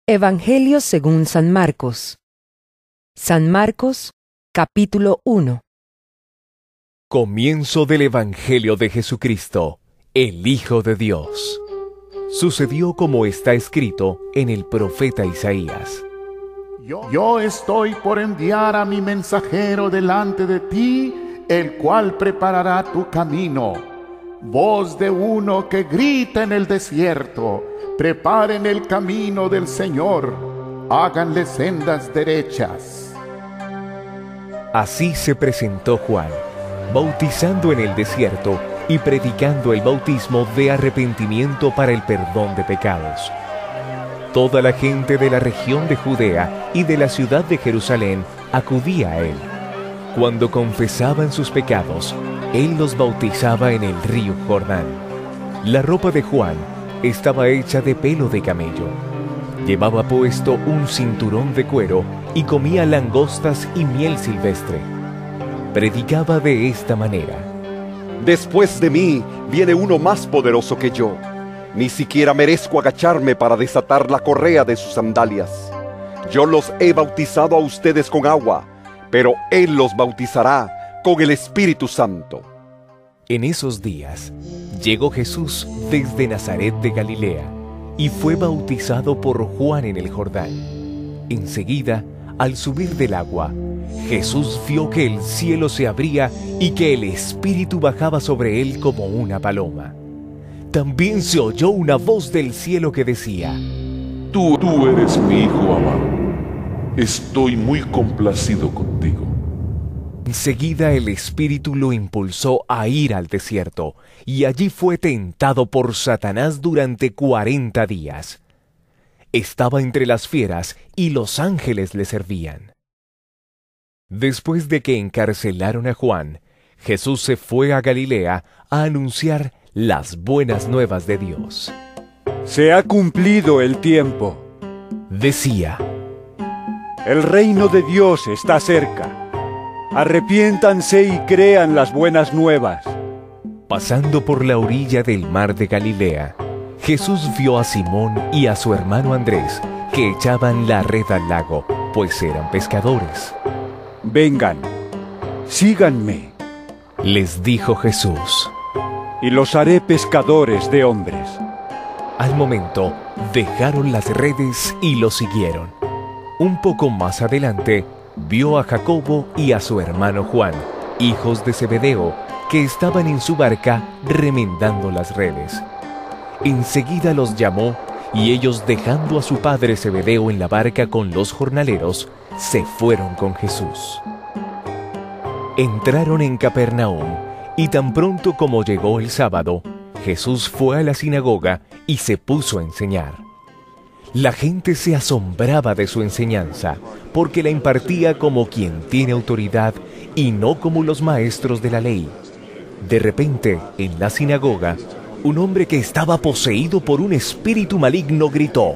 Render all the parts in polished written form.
Evangelio según San Marcos. San Marcos, capítulo 1. Comienzo del Evangelio de Jesucristo, el Hijo de Dios. Sucedió como está escrito en el profeta Isaías. Yo estoy por enviar a mi mensajero delante de ti, el cual preparará tu camino. Voz de uno que grita en el desierto: preparen el camino del Señor, háganle sendas derechas. Así se presentó Juan, bautizando en el desierto y predicando el bautismo de arrepentimiento para el perdón de pecados. Toda la gente de la región de Judea y de la ciudad de Jerusalén acudía a él. Cuando confesaban sus pecados, él los bautizaba en el río Jordán. La ropa de Juan estaba hecha de pelo de camello. Llevaba puesto un cinturón de cuero y comía langostas y miel silvestre. Predicaba de esta manera: Después de mí viene uno más poderoso que yo. Ni siquiera merezco agacharme para desatar la correa de sus sandalias. Yo los he bautizado a ustedes con agua, pero Él los bautizará con el Espíritu Santo. En esos días llegó Jesús desde Nazaret de Galilea y fue bautizado por Juan en el Jordán. Enseguida, al subir del agua, Jesús vio que el cielo se abría y que el Espíritu bajaba sobre él como una paloma. También se oyó una voz del cielo que decía: Tú eres mi Hijo amado. Estoy muy complacido contigo. Enseguida el Espíritu lo impulsó a ir al desierto, y allí fue tentado por Satanás durante 40 días. Estaba entre las fieras y los ángeles le servían. Después de que encarcelaron a Juan, Jesús se fue a Galilea a anunciar las buenas nuevas de Dios. Se ha cumplido el tiempo, decía. El reino de Dios está cerca. Arrepiéntanse y crean las buenas nuevas. Pasando por la orilla del mar de Galilea, Jesús vio a Simón y a su hermano Andrés, que echaban la red al lago, pues eran pescadores. Vengan, síganme, les dijo Jesús, y los haré pescadores de hombres. Al momento, dejaron las redes y lo siguieron. Un poco más adelante, vio a Jacobo y a su hermano Juan, hijos de Zebedeo, que estaban en su barca remendando las redes. Enseguida los llamó, y ellos, dejando a su padre Zebedeo en la barca con los jornaleros, se fueron con Jesús. Entraron en Capernaum, y tan pronto como llegó el sábado, Jesús fue a la sinagoga y se puso a enseñar. La gente se asombraba de su enseñanza, porque la impartía como quien tiene autoridad y no como los maestros de la ley. De repente, en la sinagoga, un hombre que estaba poseído por un espíritu maligno gritó: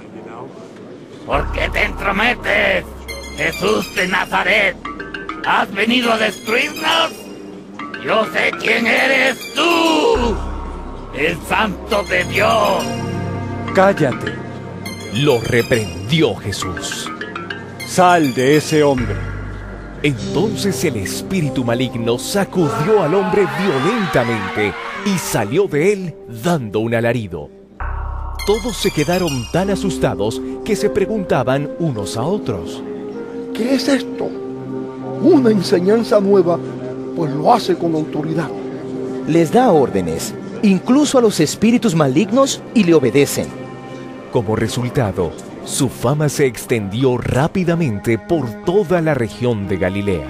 ¿Por qué te entrometes, Jesús de Nazaret? ¿Has venido a destruirnos? Yo sé quién eres tú, el Santo de Dios. Cállate, lo reprendió Jesús. Sal de ese hombre. Entonces el espíritu maligno sacudió al hombre violentamente y salió de él dando un alarido. Todos se quedaron tan asustados que se preguntaban unos a otros: ¿qué es esto? Una enseñanza nueva, pues lo hace con autoridad. Les da órdenes, incluso a los espíritus malignos, y le obedecen. Como resultado, su fama se extendió rápidamente por toda la región de Galilea.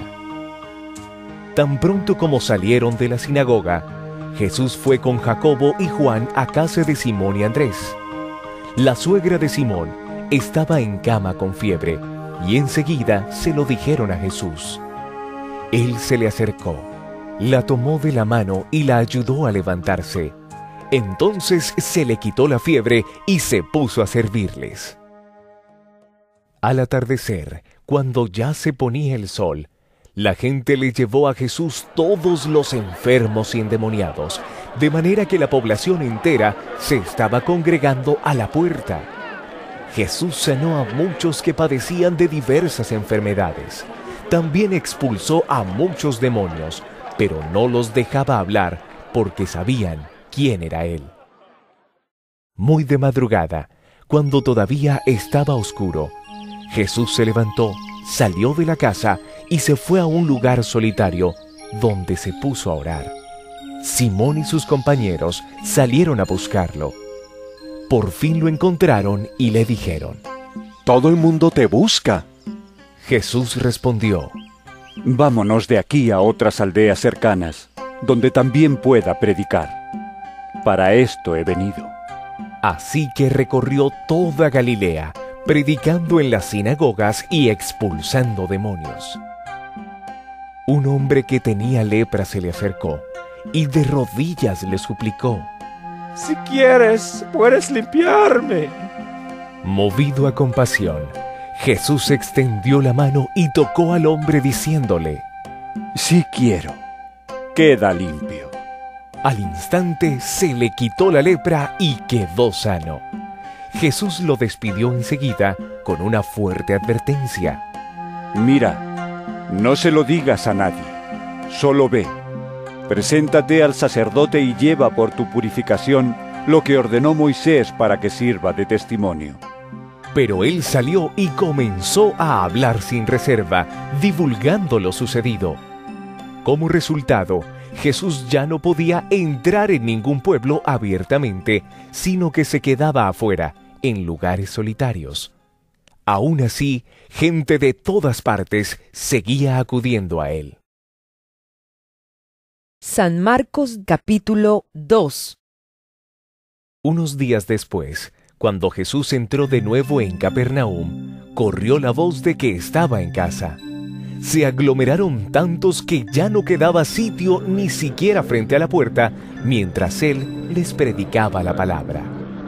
Tan pronto como salieron de la sinagoga, Jesús fue con Jacobo y Juan a casa de Simón y Andrés. La suegra de Simón estaba en cama con fiebre, y enseguida se lo dijeron a Jesús. Él se le acercó, la tomó de la mano y la ayudó a levantarse. Entonces se le quitó la fiebre y se puso a servirles. Al atardecer, cuando ya se ponía el sol, la gente le llevó a Jesús todos los enfermos y endemoniados, de manera que la población entera se estaba congregando a la puerta. Jesús sanó a muchos que padecían de diversas enfermedades. También expulsó a muchos demonios, pero no los dejaba hablar porque sabían quién era Él. Muy de madrugada, cuando todavía estaba oscuro, Jesús se levantó, salió de la casa y se fue a un lugar solitario donde se puso a orar. Simón y sus compañeros salieron a buscarlo. Por fin lo encontraron y le dijeron: Todo el mundo te busca. Jesús respondió: Vámonos de aquí a otras aldeas cercanas, donde también pueda predicar. Para esto he venido. Así que recorrió toda Galilea, predicando en las sinagogas y expulsando demonios. Un hombre que tenía lepra se le acercó y de rodillas le suplicó: Si quieres, puedes limpiarme. Movido a compasión, Jesús extendió la mano y tocó al hombre diciéndole: Sí quiero, queda limpio. Al instante se le quitó la lepra y quedó sano. Jesús lo despidió enseguida con una fuerte advertencia: Mira, no se lo digas a nadie, solo ve. Preséntate al sacerdote y lleva por tu purificación lo que ordenó Moisés para que sirva de testimonio. Pero él salió y comenzó a hablar sin reserva, divulgando lo sucedido. Como resultado, Jesús ya no podía entrar en ningún pueblo abiertamente, sino que se quedaba afuera, en lugares solitarios. Aún así, gente de todas partes seguía acudiendo a él. San Marcos capítulo 2. Unos días después, cuando Jesús entró de nuevo en Capernaum, corrió la voz de que estaba en casa. Se aglomeraron tantos que ya no quedaba sitio ni siquiera frente a la puerta, mientras él les predicaba la palabra.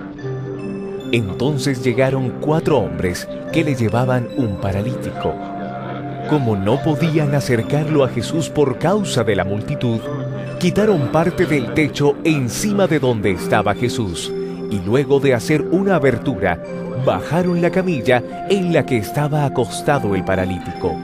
Entonces llegaron 4 hombres que le llevaban un paralítico. Como no podían acercarlo a Jesús por causa de la multitud, quitaron parte del techo encima de donde estaba Jesús, y luego de hacer una abertura, bajaron la camilla en la que estaba acostado el paralítico.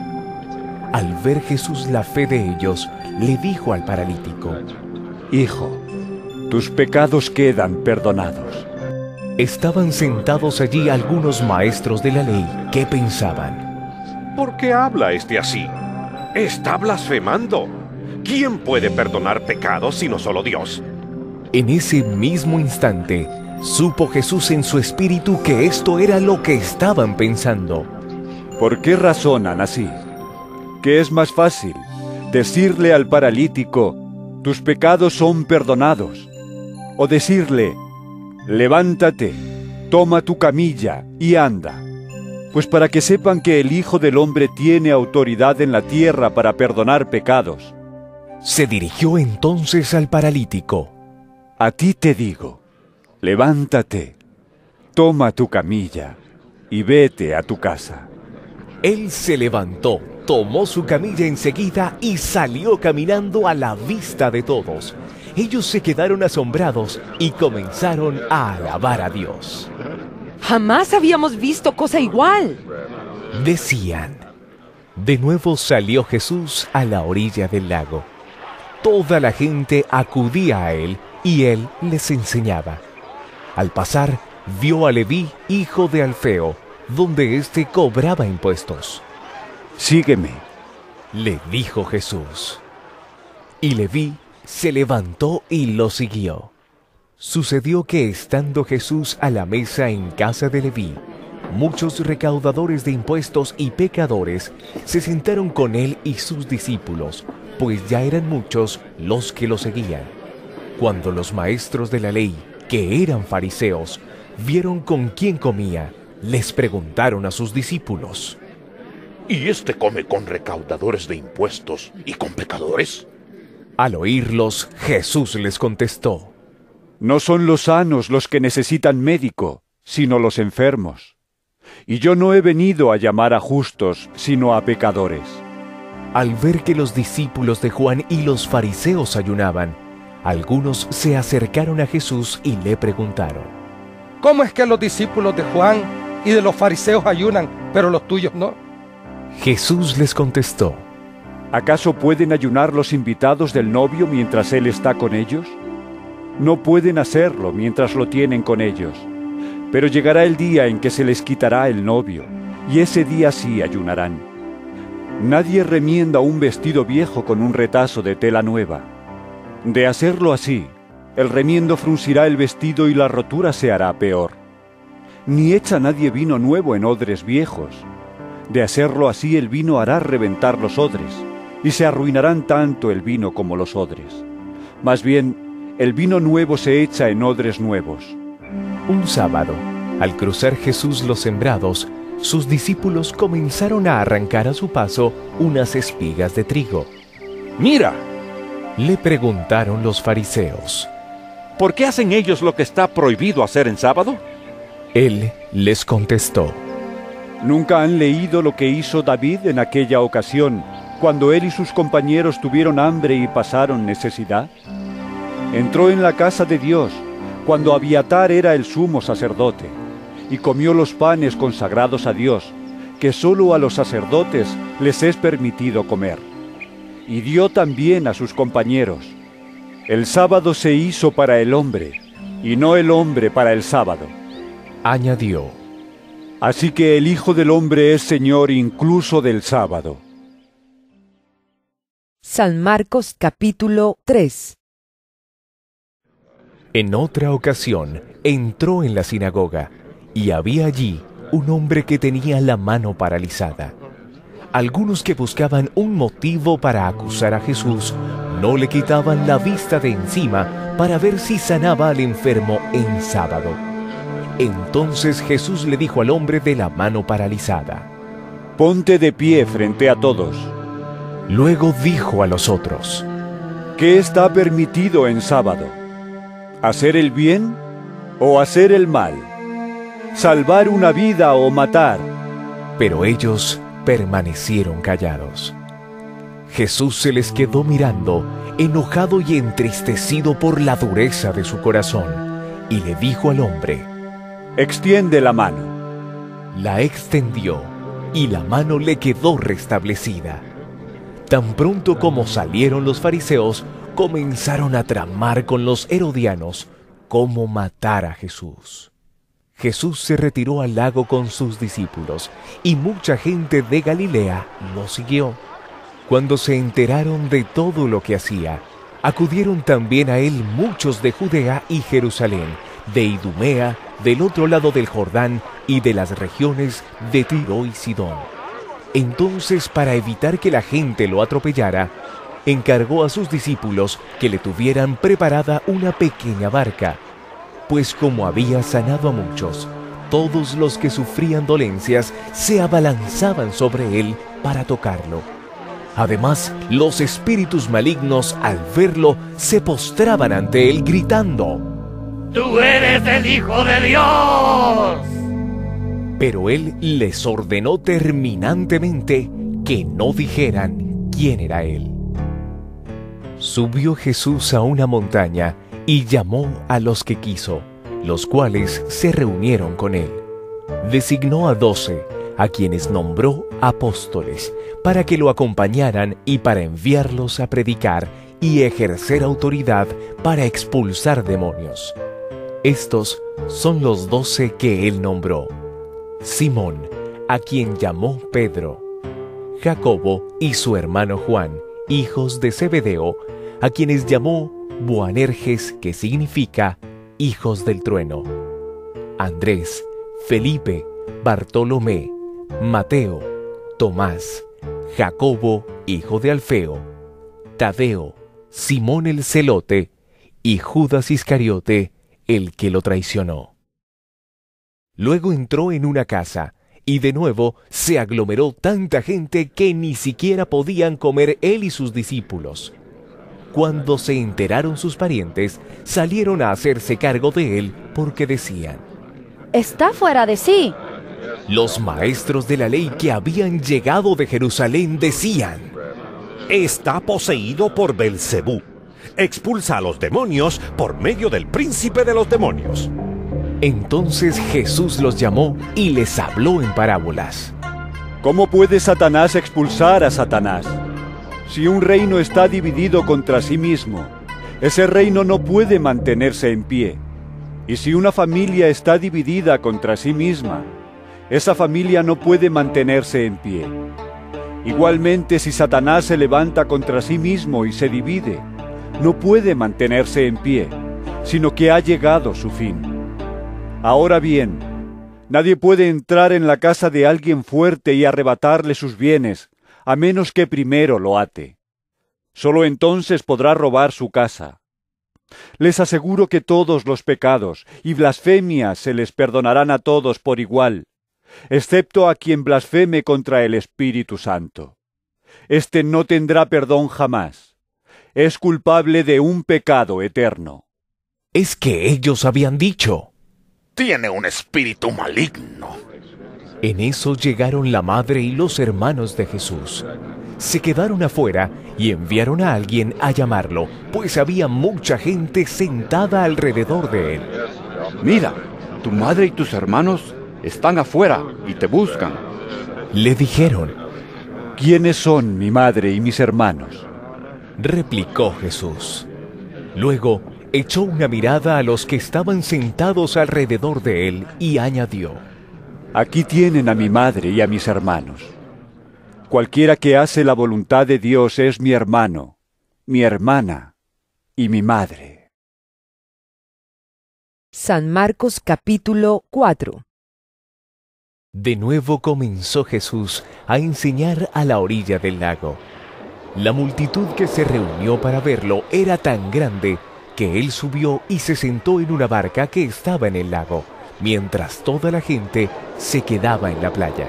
Al ver Jesús la fe de ellos, le dijo al paralítico: Hijo, tus pecados quedan perdonados. Estaban sentados allí algunos maestros de la ley que pensaban: ¿Por qué habla este así? Está blasfemando. ¿Quién puede perdonar pecados sino solo Dios? En ese mismo instante, supo Jesús en su espíritu que esto era lo que estaban pensando. ¿Por qué razonan así? ¿Qué es más fácil? ¿Decirle al paralítico, tus pecados son perdonados? ¿O decirle, levántate, toma tu camilla y anda? Pues para que sepan que el Hijo del Hombre tiene autoridad en la tierra para perdonar pecados. Se dirigió entonces al paralítico. A ti te digo, levántate, toma tu camilla y vete a tu casa. Él se levantó, tomó su camilla enseguida y salió caminando a la vista de todos. Ellos se quedaron asombrados y comenzaron a alabar a Dios. Jamás habíamos visto cosa igual, decían. De nuevo salió Jesús a la orilla del lago. Toda la gente acudía a él y él les enseñaba. Al pasar, vio a Leví, hijo de Alfeo, donde éste cobraba impuestos. Sígueme, le dijo Jesús. Y Leví se levantó y lo siguió. Sucedió que estando Jesús a la mesa en casa de Leví, muchos recaudadores de impuestos y pecadores se sentaron con él y sus discípulos, pues ya eran muchos los que lo seguían. Cuando los maestros de la ley, que eran fariseos, vieron con quién comía, les preguntaron a sus discípulos: ¿Y este come con recaudadores de impuestos y con pecadores? Al oírlos, Jesús les contestó: No son los sanos los que necesitan médico, sino los enfermos. Y yo no he venido a llamar a justos, sino a pecadores. Al ver que los discípulos de Juan y los fariseos ayunaban, algunos se acercaron a Jesús y le preguntaron: ¿Cómo es que los discípulos de Juan y de los fariseos ayunan, pero los tuyos no. Jesús les contestó: ¿Acaso pueden ayunar los invitados del novio mientras él está con ellos? No pueden hacerlo mientras lo tienen con ellos. Pero llegará el día en que se les quitará el novio, y ese día sí ayunarán. Nadie remienda un vestido viejo con un retazo de tela nueva. De hacerlo así, el remiendo fruncirá el vestido y la rotura se hará peor. Ni echa nadie vino nuevo en odres viejos. De hacerlo así, el vino hará reventar los odres, y se arruinarán tanto el vino como los odres. Más bien, el vino nuevo se echa en odres nuevos. Un sábado, al cruzar Jesús los sembrados, sus discípulos comenzaron a arrancar a su paso unas espigas de trigo. ¡Mira!, le preguntaron los fariseos. ¿Por qué hacen ellos lo que está prohibido hacer en sábado? Él les contestó: ¿Nunca han leído lo que hizo David en aquella ocasión, cuando él y sus compañeros tuvieron hambre y pasaron necesidad? Entró en la casa de Dios, cuando Abiatar era el sumo sacerdote, y comió los panes consagrados a Dios, que sólo a los sacerdotes les es permitido comer. Y dio también a sus compañeros. El sábado se hizo para el hombre, y no el hombre para el sábado. Añadió: Así que el Hijo del Hombre es Señor incluso del sábado. San Marcos capítulo 3. En otra ocasión entró en la sinagoga, y había allí un hombre que tenía la mano paralizada. Algunos que buscaban un motivo para acusar a Jesús no le quitaban la vista de encima para ver si sanaba al enfermo en sábado. Entonces Jesús le dijo al hombre de la mano paralizada: Ponte de pie frente a todos. Luego dijo a los otros: ¿Qué está permitido en sábado? ¿Hacer el bien o hacer el mal? ¿Salvar una vida o matar? Pero ellos permanecieron callados. Jesús se les quedó mirando, enojado y entristecido por la dureza de su corazón, y le dijo al hombre: Extiende la mano. La extendió, y la mano le quedó restablecida. Tan pronto como salieron los fariseos, comenzaron a tramar con los herodianos cómo matar a Jesús. Jesús se retiró al lago con sus discípulos, y mucha gente de Galilea lo siguió. Cuando se enteraron de todo lo que hacía, acudieron también a él muchos de Judea y Jerusalén, de Idumea, del otro lado del Jordán y de las regiones de Tiro y Sidón. Entonces, para evitar que la gente lo atropellara, encargó a sus discípulos que le tuvieran preparada una pequeña barca, pues como había sanado a muchos, todos los que sufrían dolencias se abalanzaban sobre él para tocarlo. Además, los espíritus malignos, al verlo, se postraban ante él gritando: ¡Tú eres el Hijo de Dios! Pero él les ordenó terminantemente que no dijeran quién era él. Subió Jesús a una montaña y llamó a los que quiso, los cuales se reunieron con él. Designó a 12, a quienes nombró apóstoles, para que lo acompañaran y para enviarlos a predicar y ejercer autoridad para expulsar demonios. Estos son los 12 que él nombró: Simón, a quien llamó Pedro; Jacobo y su hermano Juan, hijos de Zebedeo, a quienes llamó Boanerges, que significa hijos del trueno; Andrés, Felipe, Bartolomé, Mateo, Tomás, Jacobo, hijo de Alfeo, Tadeo, Simón el celote y Judas Iscariote, el que lo traicionó. Luego entró en una casa, y de nuevo se aglomeró tanta gente que ni siquiera podían comer él y sus discípulos. Cuando se enteraron sus parientes, salieron a hacerse cargo de él porque decían: Está fuera de sí. Los maestros de la ley que habían llegado de Jerusalén decían: Está poseído por Belcebú. Expulsa a los demonios por medio del príncipe de los demonios. Entonces Jesús los llamó y les habló en parábolas. ¿Cómo puede Satanás expulsar a Satanás? Si un reino está dividido contra sí mismo, ese reino no puede mantenerse en pie. Y si una familia está dividida contra sí misma, esa familia no puede mantenerse en pie. Igualmente, si Satanás se levanta contra sí mismo y se divide, no puede mantenerse en pie, sino que ha llegado su fin. Ahora bien, nadie puede entrar en la casa de alguien fuerte y arrebatarle sus bienes, a menos que primero lo ate. Solo entonces podrá robar su casa. Les aseguro que todos los pecados y blasfemias se les perdonarán a todos por igual, excepto a quien blasfeme contra el Espíritu Santo. Este no tendrá perdón jamás. Es culpable de un pecado eterno. Es que ellos habían dicho: tiene un espíritu maligno. En eso llegaron la madre y los hermanos de Jesús. Se quedaron afuera y enviaron a alguien a llamarlo, pues había mucha gente sentada alrededor de él. Mira, tu madre y tus hermanos están afuera y te buscan. Le dijeron. ¿Quiénes son mi madre y mis hermanos? Replicó Jesús. Luego echó una mirada a los que estaban sentados alrededor de él y añadió: Aquí tienen a mi madre y a mis hermanos. Cualquiera que hace la voluntad de Dios es mi hermano, mi hermana y mi madre. San Marcos capítulo 4. De nuevo comenzó Jesús a enseñar a la orilla del lago. La multitud que se reunió para verlo era tan grande que él subió y se sentó en una barca que estaba en el lago, mientras toda la gente se quedaba en la playa.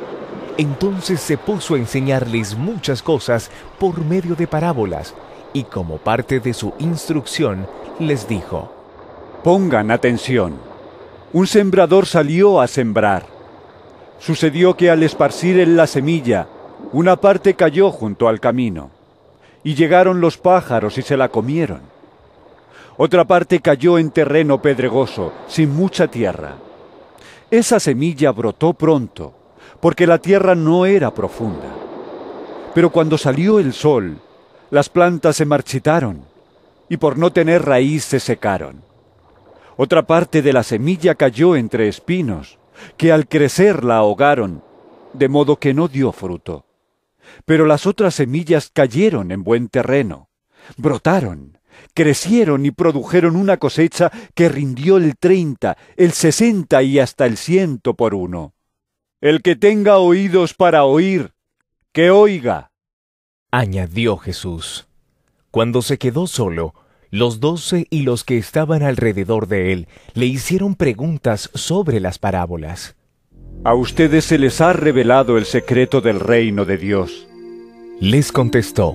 Entonces se puso a enseñarles muchas cosas por medio de parábolas, y como parte de su instrucción les dijo: Pongan atención. Un sembrador salió a sembrar. Sucedió que al esparcir él la semilla, una parte cayó junto al camino, y llegaron los pájaros y se la comieron. Otra parte cayó en terreno pedregoso, sin mucha tierra. Esa semilla brotó pronto, porque la tierra no era profunda. Pero cuando salió el sol, las plantas se marchitaron, y por no tener raíz se secaron. Otra parte de la semilla cayó entre espinos, que al crecer la ahogaron, de modo que no dio fruto. Pero las otras semillas cayeron en buen terreno, brotaron, crecieron y produjeron una cosecha que rindió el 30, el 60 y hasta el 100 por uno. El que tenga oídos para oír, que oiga. Añadió Jesús. Cuando se quedó solo, los 12 y los que estaban alrededor de él le hicieron preguntas sobre las parábolas. A ustedes se les ha revelado el secreto del reino de Dios. Les contestó.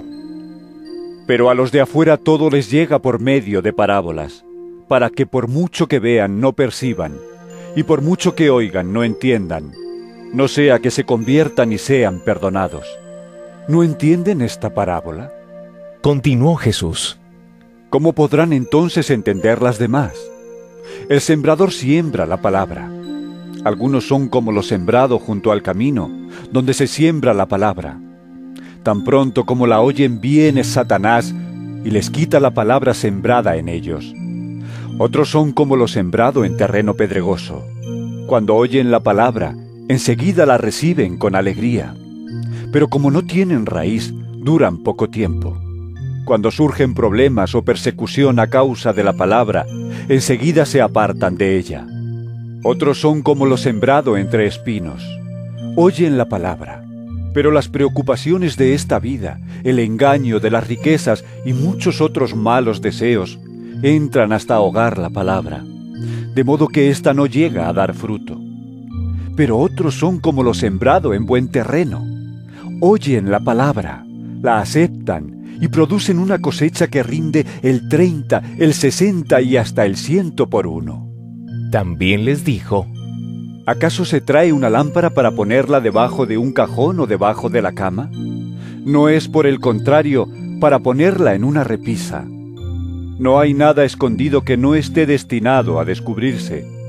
Pero a los de afuera todo les llega por medio de parábolas, para que por mucho que vean no perciban, y por mucho que oigan no entiendan, no sea que se conviertan y sean perdonados. ¿No entienden esta parábola? Continuó Jesús. ¿Cómo podrán entonces entender las demás? El sembrador siembra la palabra. Algunos son como lo sembrado junto al camino, donde se siembra la palabra. Tan pronto como la oyen viene Satanás y les quita la palabra sembrada en ellos. Otros son como lo sembrado en terreno pedregoso. Cuando oyen la palabra, enseguida la reciben con alegría. Pero como no tienen raíz, duran poco tiempo. Cuando surgen problemas o persecución a causa de la palabra, enseguida se apartan de ella. Otros son como lo sembrado entre espinos. Oyen la palabra, pero las preocupaciones de esta vida, el engaño de las riquezas y muchos otros malos deseos entran hasta ahogar la palabra, de modo que ésta no llega a dar fruto. Pero otros son como lo sembrado en buen terreno. Oyen la palabra, la aceptan y producen una cosecha que rinde el 30, el 60 y hasta el 100 por uno. También les dijo: ¿Acaso se trae una lámpara para ponerla debajo de un cajón o debajo de la cama? ¿No es, por el contrario, para ponerla en una repisa? No hay nada escondido que no esté destinado a descubrirse,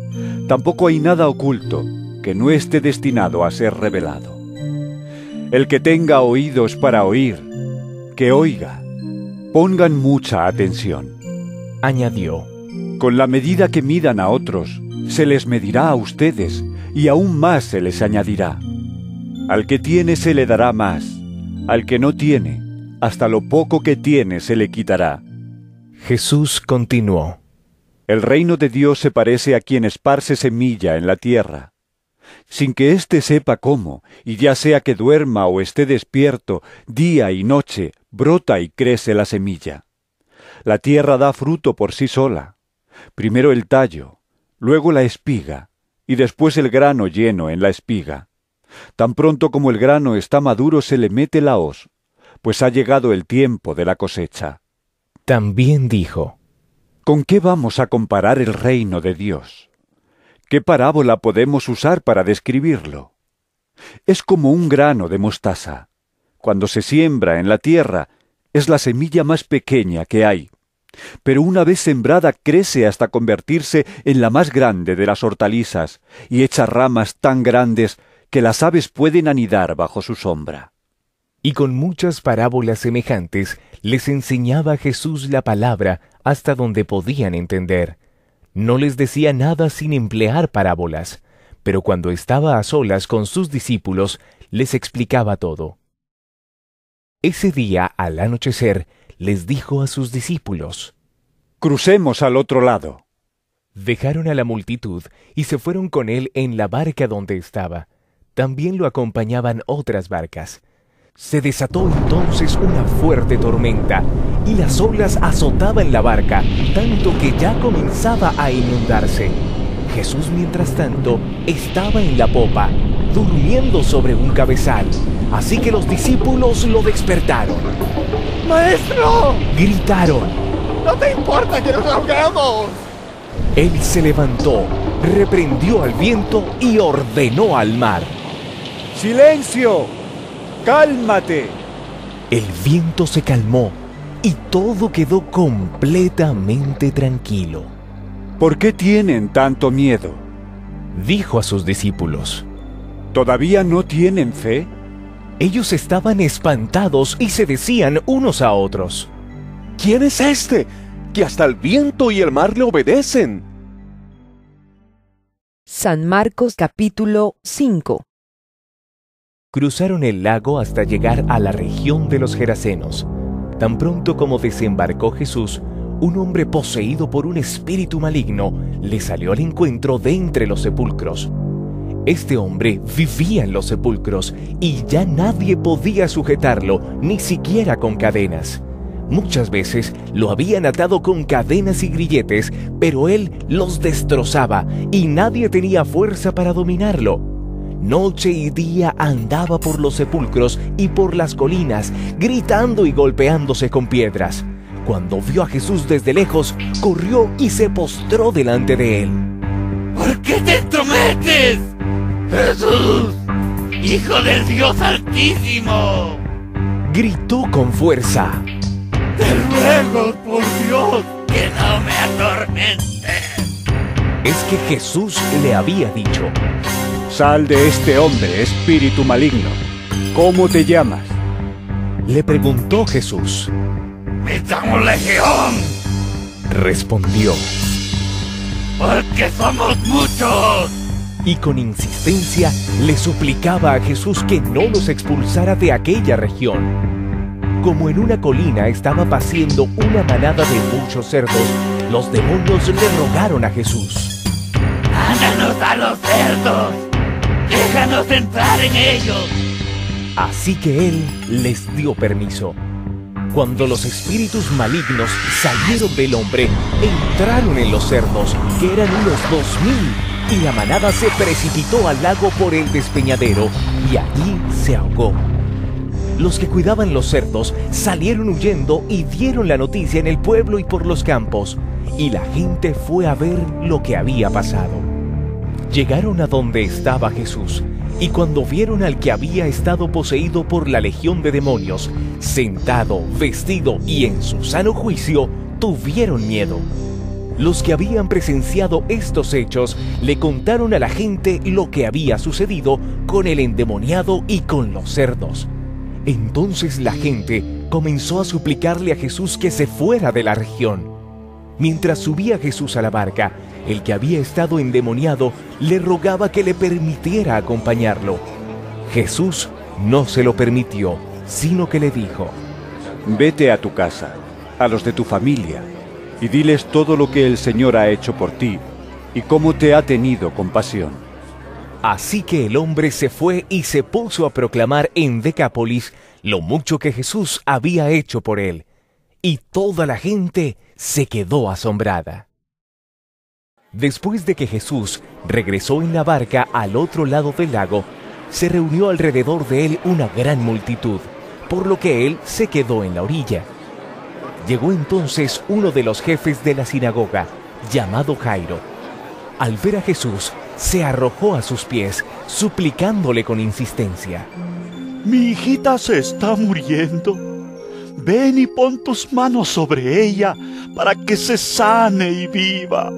Tampoco hay nada oculto que no esté destinado a ser revelado. El que tenga oídos para oír, que oiga. Pongan mucha atención. Añadió: Con la medida que midan a otros, se les medirá a ustedes, y aún más se les añadirá. Al que tiene se le dará más, al que no tiene, hasta lo poco que tiene se le quitará. Jesús continuó: El reino de Dios se parece a quien esparce semilla en la tierra. Sin que éste sepa cómo, y ya sea que duerma o esté despierto, día y noche, brota y crece la semilla. La tierra da fruto por sí sola. Primero el tallo, luego la espiga, y después el grano lleno en la espiga. Tan pronto como el grano está maduro se le mete la hoz, pues ha llegado el tiempo de la cosecha. También dijo: ¿Con qué vamos a comparar el reino de Dios? ¿Qué parábola podemos usar para describirlo? Es como un grano de mostaza. Cuando se siembra en la tierra, es la semilla más pequeña que hay. Pero una vez sembrada crece hasta convertirse en la más grande de las hortalizas y echa ramas tan grandes que las aves pueden anidar bajo su sombra. Y con muchas parábolas semejantes les enseñaba Jesús la palabra hasta donde podían entender. No les decía nada sin emplear parábolas, pero cuando estaba a solas con sus discípulos, les explicaba todo. Ese día, al anochecer, les dijo a sus discípulos: Crucemos al otro lado. Dejaron a la multitud y se fueron con él en la barca donde estaba. También lo acompañaban otras barcas. Se desató entonces una fuerte tormenta, y las olas azotaban la barca, tanto que ya comenzaba a inundarse. Jesús, mientras tanto, estaba en la popa, durmiendo sobre un cabezal. Así que los discípulos lo despertaron. ¡Maestro! Gritaron: ¡No te importa que nos ahoguemos! Él se levantó, reprendió al viento y ordenó al mar: ¡Silencio! ¡Cálmate! El viento se calmó y todo quedó completamente tranquilo. ¿Por qué tienen tanto miedo? Dijo a sus discípulos: ¿Todavía no tienen fe? Ellos estaban espantados y se decían unos a otros: ¿Quién es este, que hasta el viento y el mar le obedecen? San Marcos capítulo 5. Cruzaron el lago hasta llegar a la región de los Gerasenos. Tan pronto como desembarcó Jesús, un hombre poseído por un espíritu maligno le salió al encuentro de entre los sepulcros. Este hombre vivía en los sepulcros y ya nadie podía sujetarlo, ni siquiera con cadenas. Muchas veces lo habían atado con cadenas y grilletes, pero él los destrozaba y nadie tenía fuerza para dominarlo. Noche y día andaba por los sepulcros y por las colinas, gritando y golpeándose con piedras. Cuando vio a Jesús desde lejos, corrió y se postró delante de él. ¿Por qué te entrometes, Jesús, Hijo del Dios Altísimo? Gritó con fuerza: Te ruego, por Dios, que no me atormentes. Es que Jesús le había dicho: Sal de este hombre, espíritu maligno. ¿Cómo te llamas? Le preguntó Jesús. Me llamo Legión, respondió, porque somos muchos. Y con insistencia le suplicaba a Jesús que no los expulsara de aquella región. Como en una colina estaba paciendo una manada de muchos cerdos, los demonios le rogaron a Jesús: ¡Mándanos a los cerdos! ¡Déjanos entrar en ellos! Así que él les dio permiso. Cuando los espíritus malignos salieron del hombre, entraron en los cerdos, que eran unos 2000, y la manada se precipitó al lago por el despeñadero, y allí se ahogó. Los que cuidaban los cerdos salieron huyendo y dieron la noticia en el pueblo y por los campos, y la gente fue a ver lo que había pasado. Llegaron a donde estaba Jesús, y cuando vieron al que había estado poseído por la legión de demonios, sentado, vestido y en su sano juicio, tuvieron miedo. Los que habían presenciado estos hechos le contaron a la gente lo que había sucedido con el endemoniado y con los cerdos. Entonces la gente comenzó a suplicarle a Jesús que se fuera de la región. Mientras subía Jesús a la barca, el que había estado endemoniado le rogaba que le permitiera acompañarlo. Jesús no se lo permitió, sino que le dijo: Vete a tu casa, a los de tu familia, y diles todo lo que el Señor ha hecho por ti y cómo te ha tenido compasión. Así que el hombre se fue y se puso a proclamar en Decápolis lo mucho que Jesús había hecho por él, y toda la gente se quedó asombrada. Después de que Jesús regresó en la barca al otro lado del lago, se reunió alrededor de él una gran multitud, por lo que él se quedó en la orilla. Llegó entonces uno de los jefes de la sinagoga, llamado Jairo. Al ver a Jesús, se arrojó a sus pies, suplicándole con insistencia: Mi hijita se está muriendo. Ven y pon tus manos sobre ella para que se sane y viva.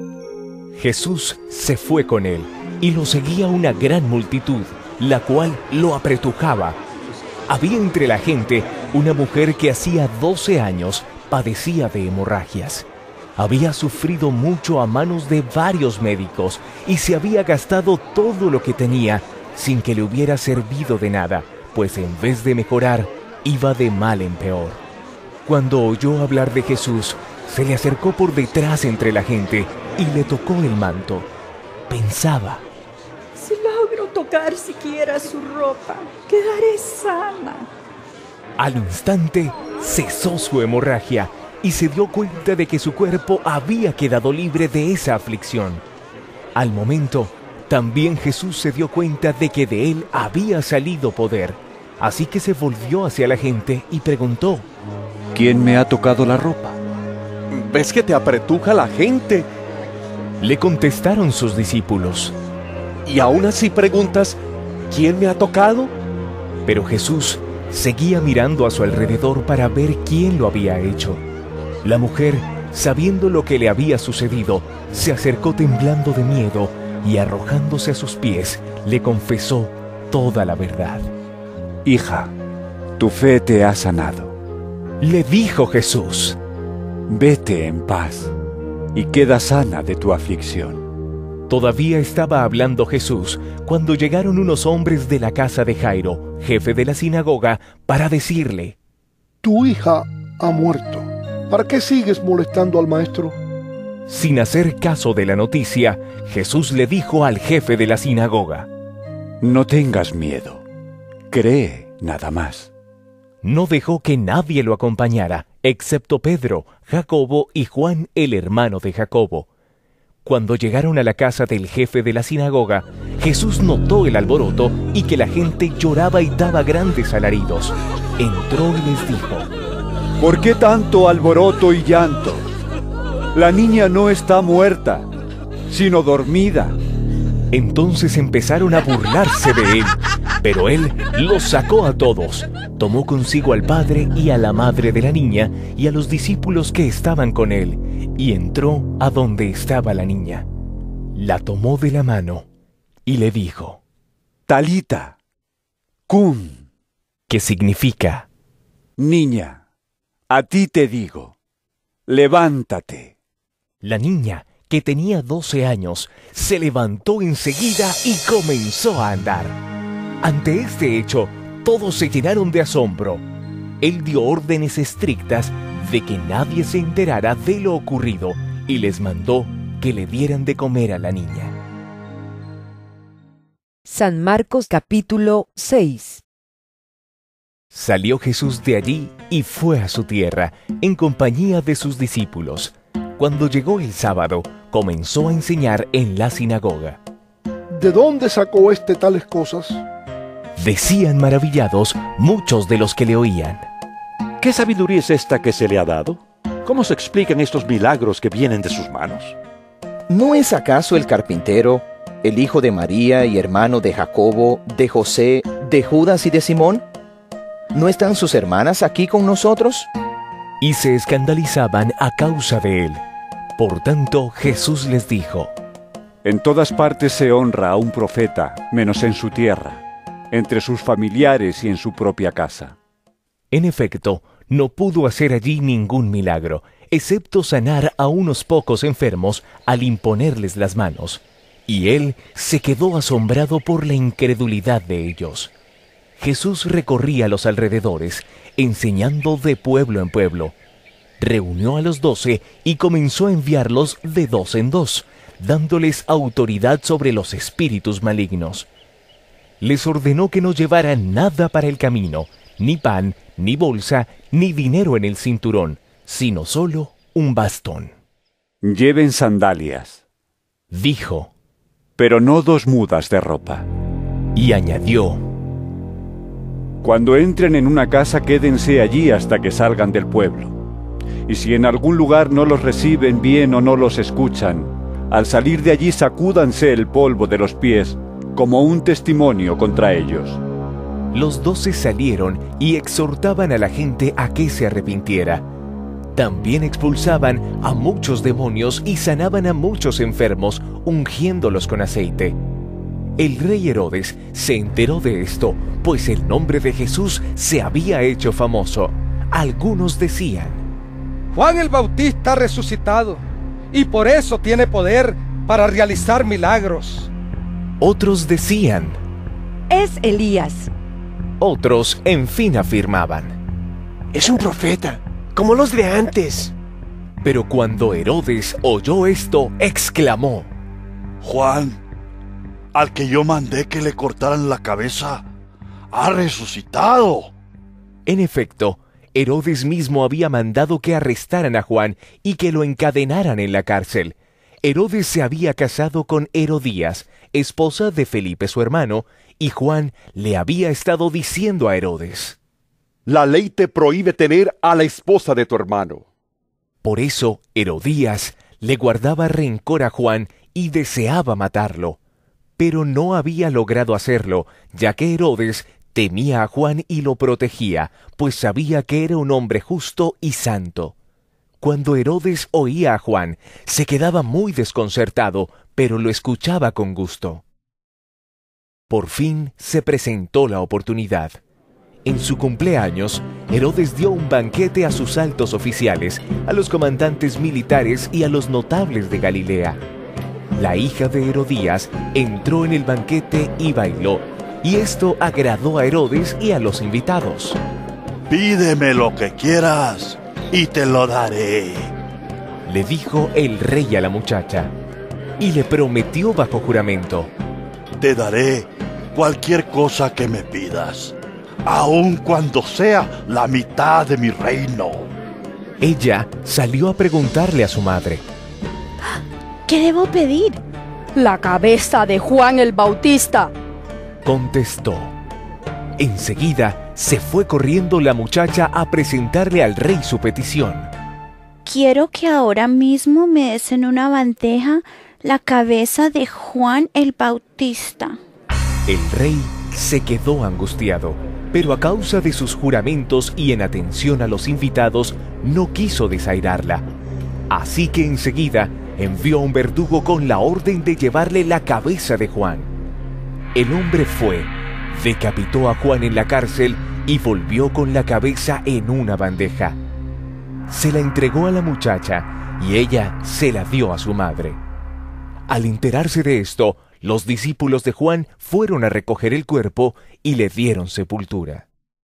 Jesús se fue con él, y lo seguía una gran multitud, la cual lo apretujaba. Había entre la gente una mujer que hacía 12 años padecía de hemorragias. Había sufrido mucho a manos de varios médicos y se había gastado todo lo que tenía sin que le hubiera servido de nada, pues en vez de mejorar, iba de mal en peor. Cuando oyó hablar de Jesús, se le acercó por detrás entre la gente y le tocó el manto. Pensaba: si logro tocar siquiera su ropa, quedaré sana. Al instante, cesó su hemorragia y se dio cuenta de que su cuerpo había quedado libre de esa aflicción. Al momento, también Jesús se dio cuenta de que de él había salido poder, así que se volvió hacia la gente y preguntó: ¿Quién me ha tocado la ropa? ¿Ves que te apretuja la gente? Le contestaron sus discípulos: ¿Y aún así preguntas, ¿quién me ha tocado? Pero Jesús seguía mirando a su alrededor para ver quién lo había hecho. La mujer, sabiendo lo que le había sucedido, se acercó temblando de miedo y arrojándose a sus pies, le confesó toda la verdad. Hija, tu fe te ha sanado, le dijo Jesús. Vete en paz y queda sana de tu aflicción. Todavía estaba hablando Jesús cuando llegaron unos hombres de la casa de Jairo, jefe de la sinagoga, para decirle: Tu hija ha muerto. ¿Para qué sigues molestando al maestro? Sin hacer caso de la noticia, Jesús le dijo al jefe de la sinagoga: No tengas miedo, cree nada más. No dejó que nadie lo acompañara, excepto Pedro, Jacobo y Juan, el hermano de Jacobo. Cuando llegaron a la casa del jefe de la sinagoga, Jesús notó el alboroto y que la gente lloraba y daba grandes alaridos. Entró y les dijo: ¿Por qué tanto alboroto y llanto? La niña no está muerta, sino dormida. Entonces empezaron a burlarse de él, pero él los sacó a todos. Tomó consigo al padre y a la madre de la niña y a los discípulos que estaban con él, y entró a donde estaba la niña. La tomó de la mano y le dijo: Talita, cum, que significa: Niña, a ti te digo, levántate. La niña, que tenía 12 años, se levantó enseguida y comenzó a andar. Ante este hecho, todos se llenaron de asombro. Él dio órdenes estrictas de que nadie se enterara de lo ocurrido y les mandó que le dieran de comer a la niña. San Marcos capítulo 6. Salió Jesús de allí y fue a su tierra, en compañía de sus discípulos. Cuando llegó el sábado, comenzó a enseñar en la sinagoga. ¿De dónde sacó tales cosas? Decían maravillados muchos de los que le oían. ¿Qué sabiduría es esta que se le ha dado? ¿Cómo se explican estos milagros que vienen de sus manos? ¿No es acaso el carpintero, el hijo de María y hermano de Jacobo, de José, de Judas y de Simón? ¿No están sus hermanas aquí con nosotros? Y se escandalizaban a causa de él. Por tanto, Jesús les dijo: En todas partes se honra a un profeta, menos en su tierra, entre sus familiares y en su propia casa. En efecto, no pudo hacer allí ningún milagro, excepto sanar a unos pocos enfermos al imponerles las manos. Y él se quedó asombrado por la incredulidad de ellos. Jesús recorría los alrededores, enseñando de pueblo en pueblo. Reunió a los 12 y comenzó a enviarlos de 2 en 2, dándoles autoridad sobre los espíritus malignos. Les ordenó que no llevaran nada para el camino, ni pan, ni bolsa, ni dinero en el cinturón, sino solo un bastón. Lleven sandalias, dijo, pero no 2 mudas de ropa. Y añadió: Cuando entren en una casa, quédense allí hasta que salgan del pueblo. Y si en algún lugar no los reciben bien o no los escuchan, al salir de allí sacúdanse el polvo de los pies como un testimonio contra ellos. Los 12 salieron y exhortaban a la gente a que se arrepintiera. También expulsaban a muchos demonios y sanaban a muchos enfermos, ungiéndolos con aceite. El rey Herodes se enteró de esto, pues el nombre de Jesús se había hecho famoso. Algunos decían: Juan el Bautista ha resucitado, y por eso tiene poder para realizar milagros. Otros decían: Es Elías. Otros, en fin, afirmaban: Es un profeta, como los de antes. Pero cuando Herodes oyó esto, exclamó: Juan, al que yo mandé que le cortaran la cabeza, ha resucitado. En efecto, Herodes mismo había mandado que arrestaran a Juan y que lo encadenaran en la cárcel. Herodes se había casado con Herodías, esposa de Felipe su hermano, y Juan le había estado diciendo a Herodes: La ley te prohíbe tener a la esposa de tu hermano. Por eso Herodías le guardaba rencor a Juan y deseaba matarlo, pero no había logrado hacerlo, ya que Herodes temía a Juan y lo protegía, pues sabía que era un hombre justo y santo. Cuando Herodes oía a Juan, se quedaba muy desconcertado, pero lo escuchaba con gusto. Por fin se presentó la oportunidad. En su cumpleaños, Herodes dio un banquete a sus altos oficiales, a los comandantes militares y a los notables de Galilea. La hija de Herodías entró en el banquete y bailó, y esto agradó a Herodes y a los invitados. Pídeme lo que quieras y te lo daré, le dijo el rey a la muchacha, y le prometió bajo juramento: Te daré cualquier cosa que me pidas, aun cuando sea la mitad de mi reino. Ella salió a preguntarle a su madre: ¿Qué debo pedir? La cabeza de Juan el Bautista, contestó. Enseguida se fue corriendo la muchacha a presentarle al rey su petición. Quiero que ahora mismo me des en una bandeja la cabeza de Juan el Bautista. El rey se quedó angustiado, pero a causa de sus juramentos y en atención a los invitados, no quiso desairarla. Así que enseguida envió a un verdugo con la orden de llevarle la cabeza de Juan. El hombre fue, decapitó a Juan en la cárcel y volvió con la cabeza en una bandeja. Se la entregó a la muchacha y ella se la dio a su madre. Al enterarse de esto, los discípulos de Juan fueron a recoger el cuerpo y le dieron sepultura.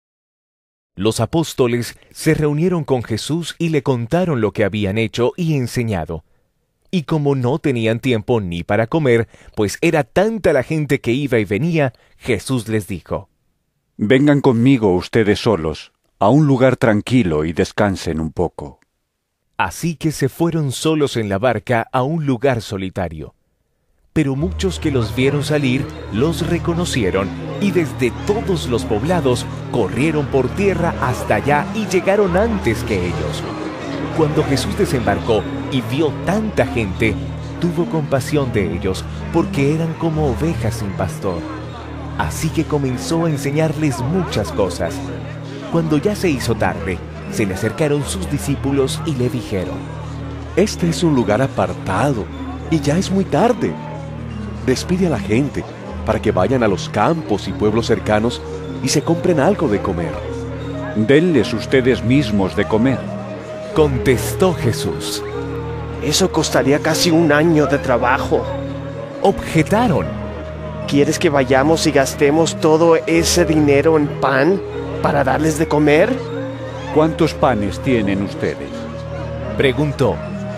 Los apóstoles se reunieron con Jesús y le contaron lo que habían hecho y enseñado. Y como no tenían tiempo ni para comer, pues era tanta la gente que iba y venía, Jesús les dijo: Vengan conmigo ustedes solos, a un lugar tranquilo y descansen un poco. Así que se fueron solos en la barca a un lugar solitario. Pero muchos que los vieron salir los reconocieron y desde todos los poblados corrieron por tierra hasta allá y llegaron antes que ellos. Cuando Jesús desembarcó y vio tanta gente, tuvo compasión de ellos, porque eran como ovejas sin pastor. Así que comenzó a enseñarles muchas cosas. Cuando ya se hizo tarde, se le acercaron sus discípulos y le dijeron: Este es un lugar apartado y ya es muy tarde. Despide a la gente para que vayan a los campos y pueblos cercanos y se compren algo de comer. Denles ustedes mismos de comer, contestó Jesús. Eso costaría casi un año de trabajo. Objetaron. ¿Quieres que vayamos y gastemos todo ese dinero en pan para darles de comer? ¿Cuántos panes tienen ustedes? Preguntó.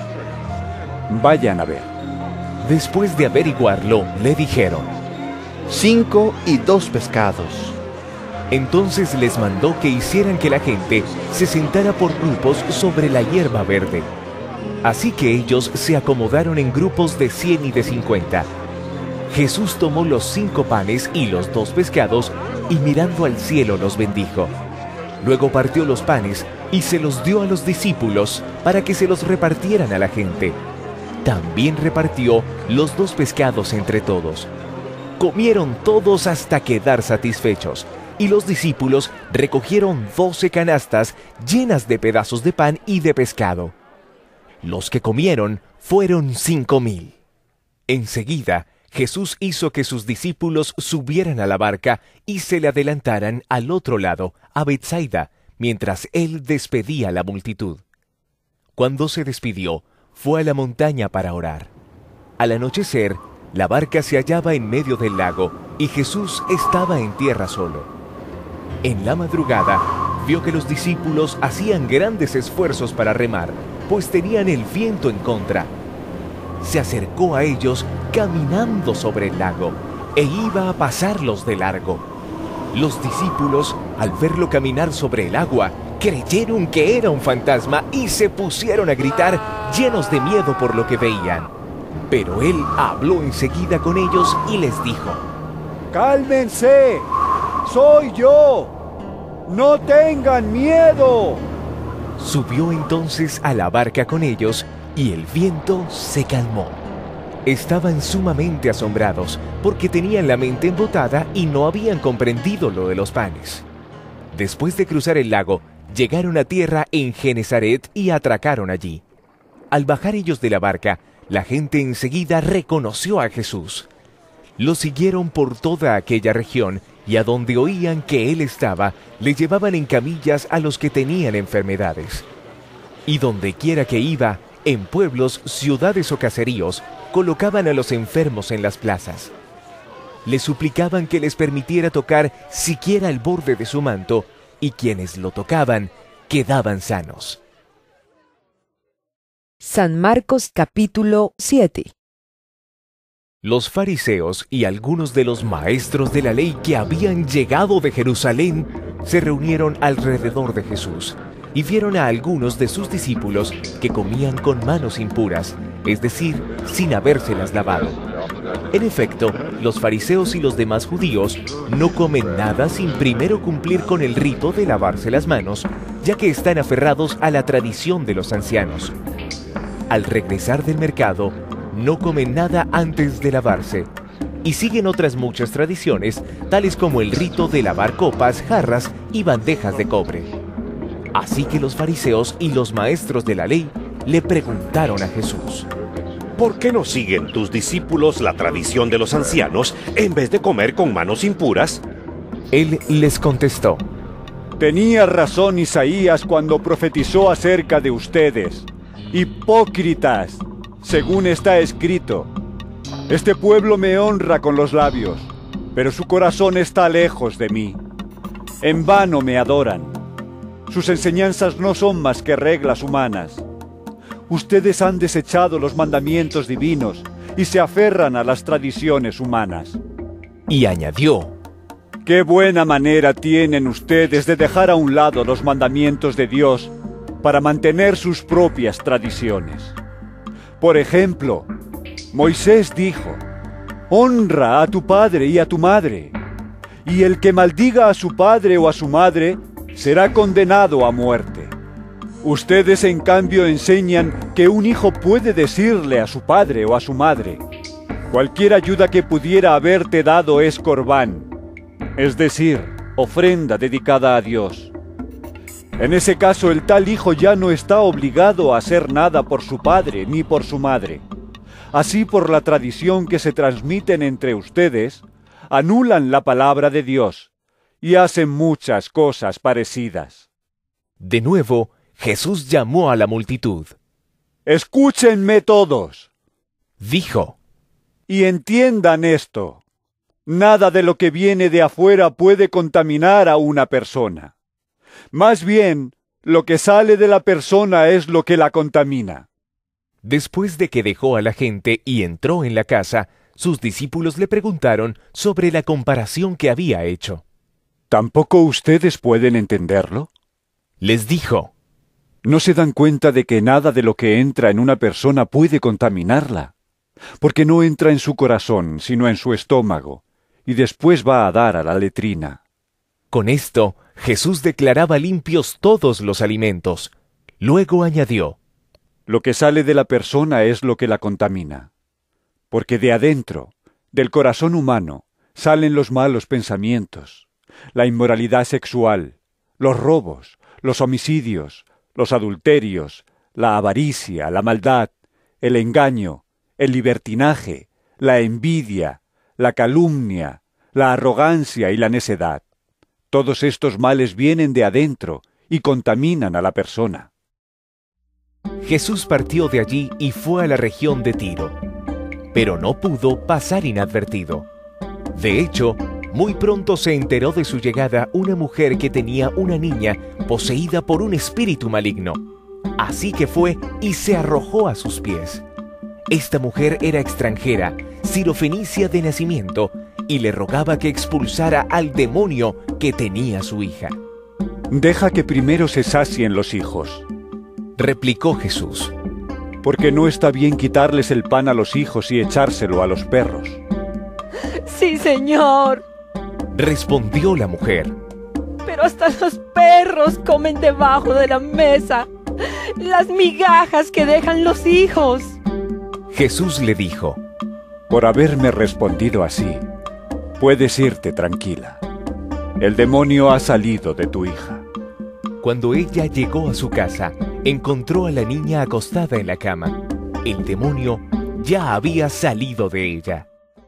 Vayan a ver. Después de averiguarlo, le dijeron: 5 y 2 pescados. Entonces les mandó que hicieran que la gente se sentara por grupos sobre la hierba verde. Así que ellos se acomodaron en grupos de 100 y de 50. Jesús tomó los 5 panes y los 2 pescados y mirando al cielo los bendijo. Luego partió los panes y se los dio a los discípulos para que se los repartieran a la gente. También repartió los 2 pescados entre todos. Comieron todos hasta quedar satisfechos, y los discípulos recogieron 12 canastas llenas de pedazos de pan y de pescado. Los que comieron fueron 5,000. Enseguida, Jesús hizo que sus discípulos subieran a la barca y se le adelantaran al otro lado, a Betsaida, mientras él despedía a la multitud. Cuando se despidió, fue a la montaña para orar. Al anochecer, la barca se hallaba en medio del lago y Jesús estaba en tierra solo. En la madrugada, vio que los discípulos hacían grandes esfuerzos para remar, pues tenían el viento en contra. Se acercó a ellos caminando sobre el lago e iba a pasarlos de largo. Los discípulos, al verlo caminar sobre el agua, creyeron que era un fantasma y se pusieron a gritar llenos de miedo por lo que veían. Pero él habló enseguida con ellos y les dijo: ¡Cálmense! ¡Soy yo! ¡No tengan miedo! Subió entonces a la barca con ellos y el viento se calmó. Estaban sumamente asombrados porque tenían la mente embotada y no habían comprendido lo de los panes. Después de cruzar el lago, llegaron a tierra en Genesaret y atracaron allí. Al bajar ellos de la barca, la gente enseguida reconoció a Jesús. Lo siguieron por toda aquella región y a donde oían que él estaba, le llevaban en camillas a los que tenían enfermedades. Y donde quiera que iba, en pueblos, ciudades o caseríos, colocaban a los enfermos en las plazas. Le suplicaban que les permitiera tocar siquiera el borde de su manto, y quienes lo tocaban quedaban sanos. San Marcos capítulo 7. Los fariseos y algunos de los maestros de la ley que habían llegado de Jerusalén se reunieron alrededor de Jesús y vieron a algunos de sus discípulos que comían con manos impuras, es decir, sin habérselas lavado. En efecto, los fariseos y los demás judíos no comen nada sin primero cumplir con el rito de lavarse las manos, ya que están aferrados a la tradición de los ancianos. Al regresar del mercado, no comen nada antes de lavarse, y siguen otras muchas tradiciones, tales como el rito de lavar copas, jarras y bandejas de cobre. Así que los fariseos y los maestros de la ley le preguntaron a Jesús: ¿por qué no siguen tus discípulos la tradición de los ancianos en vez de comer con manos impuras? Él les contestó: tenía razón Isaías cuando profetizó acerca de ustedes. Hipócritas, según está escrito: este pueblo me honra con los labios, pero su corazón está lejos de mí. En vano me adoran. Sus enseñanzas no son más que reglas humanas. Ustedes han desechado los mandamientos divinos y se aferran a las tradiciones humanas. Y añadió: qué buena manera tienen ustedes de dejar a un lado los mandamientos de Dios para mantener sus propias tradiciones. Por ejemplo, Moisés dijo: honra a tu padre y a tu madre, y el que maldiga a su padre o a su madre será condenado a muerte. Ustedes, en cambio, enseñan que un hijo puede decirle a su padre o a su madre: cualquier ayuda que pudiera haberte dado es corbán, es decir, ofrenda dedicada a Dios. En ese caso, el tal hijo ya no está obligado a hacer nada por su padre ni por su madre. Así, por la tradición que se transmiten entre ustedes, anulan la palabra de Dios y hacen muchas cosas parecidas. De nuevo, Jesús llamó a la multitud. Escúchenme todos, dijo, y entiendan esto. Nada de lo que viene de afuera puede contaminar a una persona. Más bien, lo que sale de la persona es lo que la contamina. Después de que dejó a la gente y entró en la casa, sus discípulos le preguntaron sobre la comparación que había hecho. ¿Tampoco ustedes pueden entenderlo? Les dijo, ¿no se dan cuenta de que nada de lo que entra en una persona puede contaminarla? Porque no entra en su corazón, sino en su estómago, y después va a dar a la letrina. Con esto, Jesús declaraba limpios todos los alimentos. Luego añadió, lo que sale de la persona es lo que la contamina. Porque de adentro, del corazón humano, salen los malos pensamientos, la inmoralidad sexual, los robos, los homicidios, los adulterios, la avaricia, la maldad, el engaño, el libertinaje, la envidia, la calumnia, la arrogancia y la necedad. Todos estos males vienen de adentro y contaminan a la persona. Jesús partió de allí y fue a la región de Tiro, pero no pudo pasar inadvertido. De hecho, muy pronto se enteró de su llegada una mujer que tenía una niña poseída por un espíritu maligno. Así que fue y se arrojó a sus pies. Esta mujer era extranjera, sirofenicia de nacimiento, y le rogaba que expulsara al demonio que tenía su hija. Deja que primero se sacien los hijos, replicó Jesús, porque no está bien quitarles el pan a los hijos y echárselo a los perros. Sí, Señor, respondió la mujer. Pero hasta los perros comen debajo de la mesa las migajas que dejan los hijos. Jesús le dijo, por haberme respondido así, puedes irte tranquila. El demonio ha salido de tu hija. Cuando ella llegó a su casa, encontró a la niña acostada en la cama. El demonio ya había salido de ella.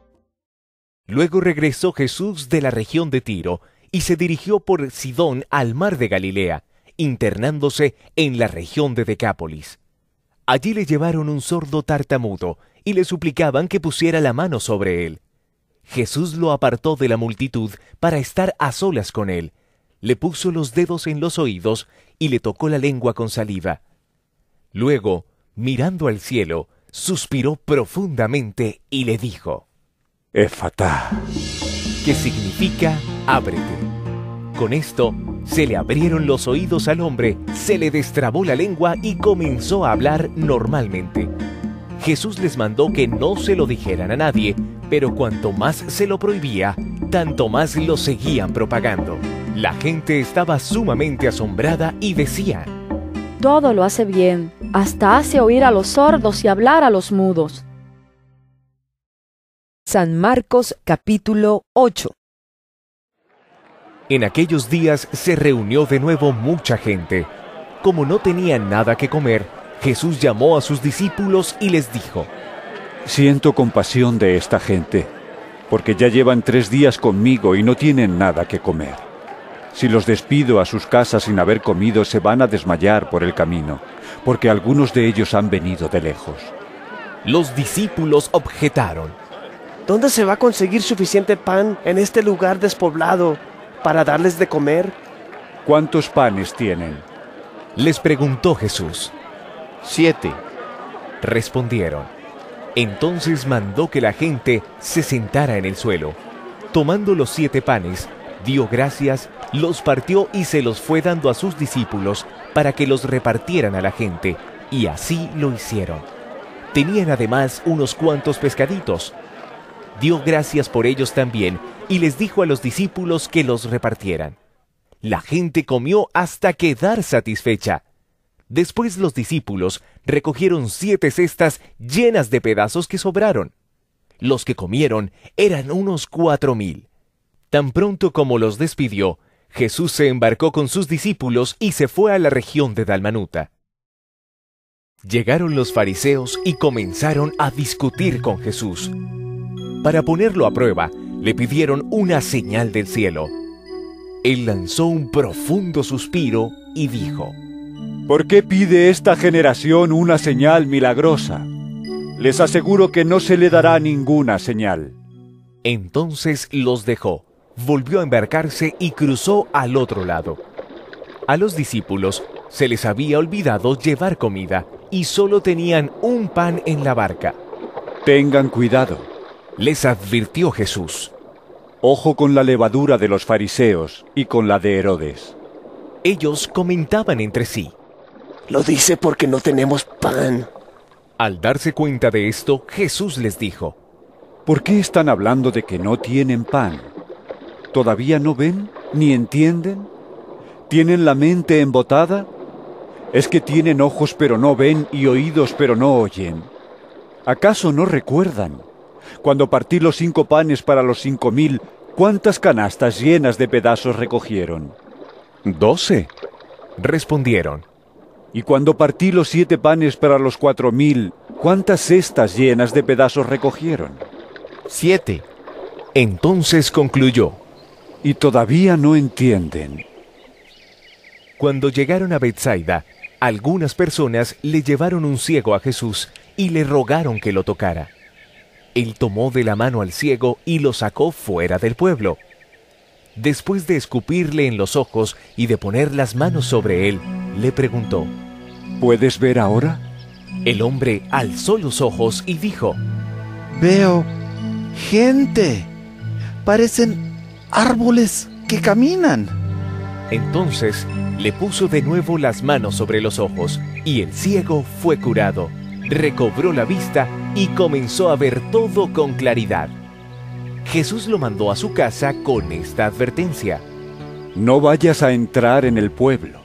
Luego regresó Jesús de la región de Tiro y se dirigió por Sidón al mar de Galilea, internándose en la región de Decápolis. Allí le llevaron un sordo tartamudo y le suplicaban que pusiera la mano sobre él. Jesús lo apartó de la multitud para estar a solas con él. Le puso los dedos en los oídos y le tocó la lengua con saliva. Luego, mirando al cielo, suspiró profundamente y le dijo, Efatá, que significa ábrete. Con esto, se le abrieron los oídos al hombre, se le destrabó la lengua y comenzó a hablar normalmente. Jesús les mandó que no se lo dijeran a nadie, pero cuanto más se lo prohibía, tanto más lo seguían propagando. La gente estaba sumamente asombrada y decía, todo lo hace bien, hasta hace oír a los sordos y hablar a los mudos. San Marcos capítulo 8. En aquellos días se reunió de nuevo mucha gente. Como no tenían nada que comer, Jesús llamó a sus discípulos y les dijo, siento compasión de esta gente, porque ya llevan 3 días conmigo y no tienen nada que comer. Si los despido a sus casas sin haber comido, se van a desmayar por el camino, porque algunos de ellos han venido de lejos. Los discípulos objetaron, ¿dónde se va a conseguir suficiente pan en este lugar despoblado para darles de comer? ¿Cuántos panes tienen? Les preguntó Jesús. 7. Respondieron. Entonces mandó que la gente se sentara en el suelo. Tomando los 7 panes, dio gracias, los partió y se los fue dando a sus discípulos para que los repartieran a la gente, y así lo hicieron. Tenían además unos cuantos pescaditos. Dio gracias por ellos también y les dijo a los discípulos que los repartieran. La gente comió hasta quedar satisfecha. Después los discípulos recogieron 7 cestas llenas de pedazos que sobraron. Los que comieron eran unos 4,000. Tan pronto como los despidió, Jesús se embarcó con sus discípulos y se fue a la región de Dalmanuta. Llegaron los fariseos y comenzaron a discutir con Jesús. Para ponerlo a prueba, le pidieron una señal del cielo. Él lanzó un profundo suspiro y dijo: ¿Por qué pide esta generación una señal milagrosa? Les aseguro que no se le dará ninguna señal. Entonces los dejó, volvió a embarcarse y cruzó al otro lado. A los discípulos se les había olvidado llevar comida y solo tenían un pan en la barca. Tengan cuidado, les advirtió Jesús. Ojo con la levadura de los fariseos y con la de Herodes. Ellos comentaban entre sí: lo dice porque no tenemos pan. Al darse cuenta de esto, Jesús les dijo: ¿por qué están hablando de que no tienen pan? ¿Todavía no ven ni entienden? ¿Tienen la mente embotada? ¿Es que tienen ojos pero no ven y oídos pero no oyen? ¿Acaso no recuerdan? Cuando partí los 5 panes para los 5.000, ¿cuántas canastas llenas de pedazos recogieron? 12, respondieron. Y cuando partí los 7 panes para los 4.000, ¿cuántas cestas llenas de pedazos recogieron? 7. Entonces concluyó: y todavía no entienden. Cuando llegaron a Betsaida, algunas personas le llevaron un ciego a Jesús y le rogaron que lo tocara. Él tomó de la mano al ciego y lo sacó fuera del pueblo. Después de escupirle en los ojos y de poner las manos sobre él, le preguntó: ¿puedes ver ahora? El hombre alzó los ojos y dijo: veo gente. Parecen árboles que caminan. Entonces le puso de nuevo las manos sobre los ojos y el ciego fue curado. Recobró la vista y comenzó a ver todo con claridad. Jesús lo mandó a su casa con esta advertencia: no vayas a entrar en el pueblo.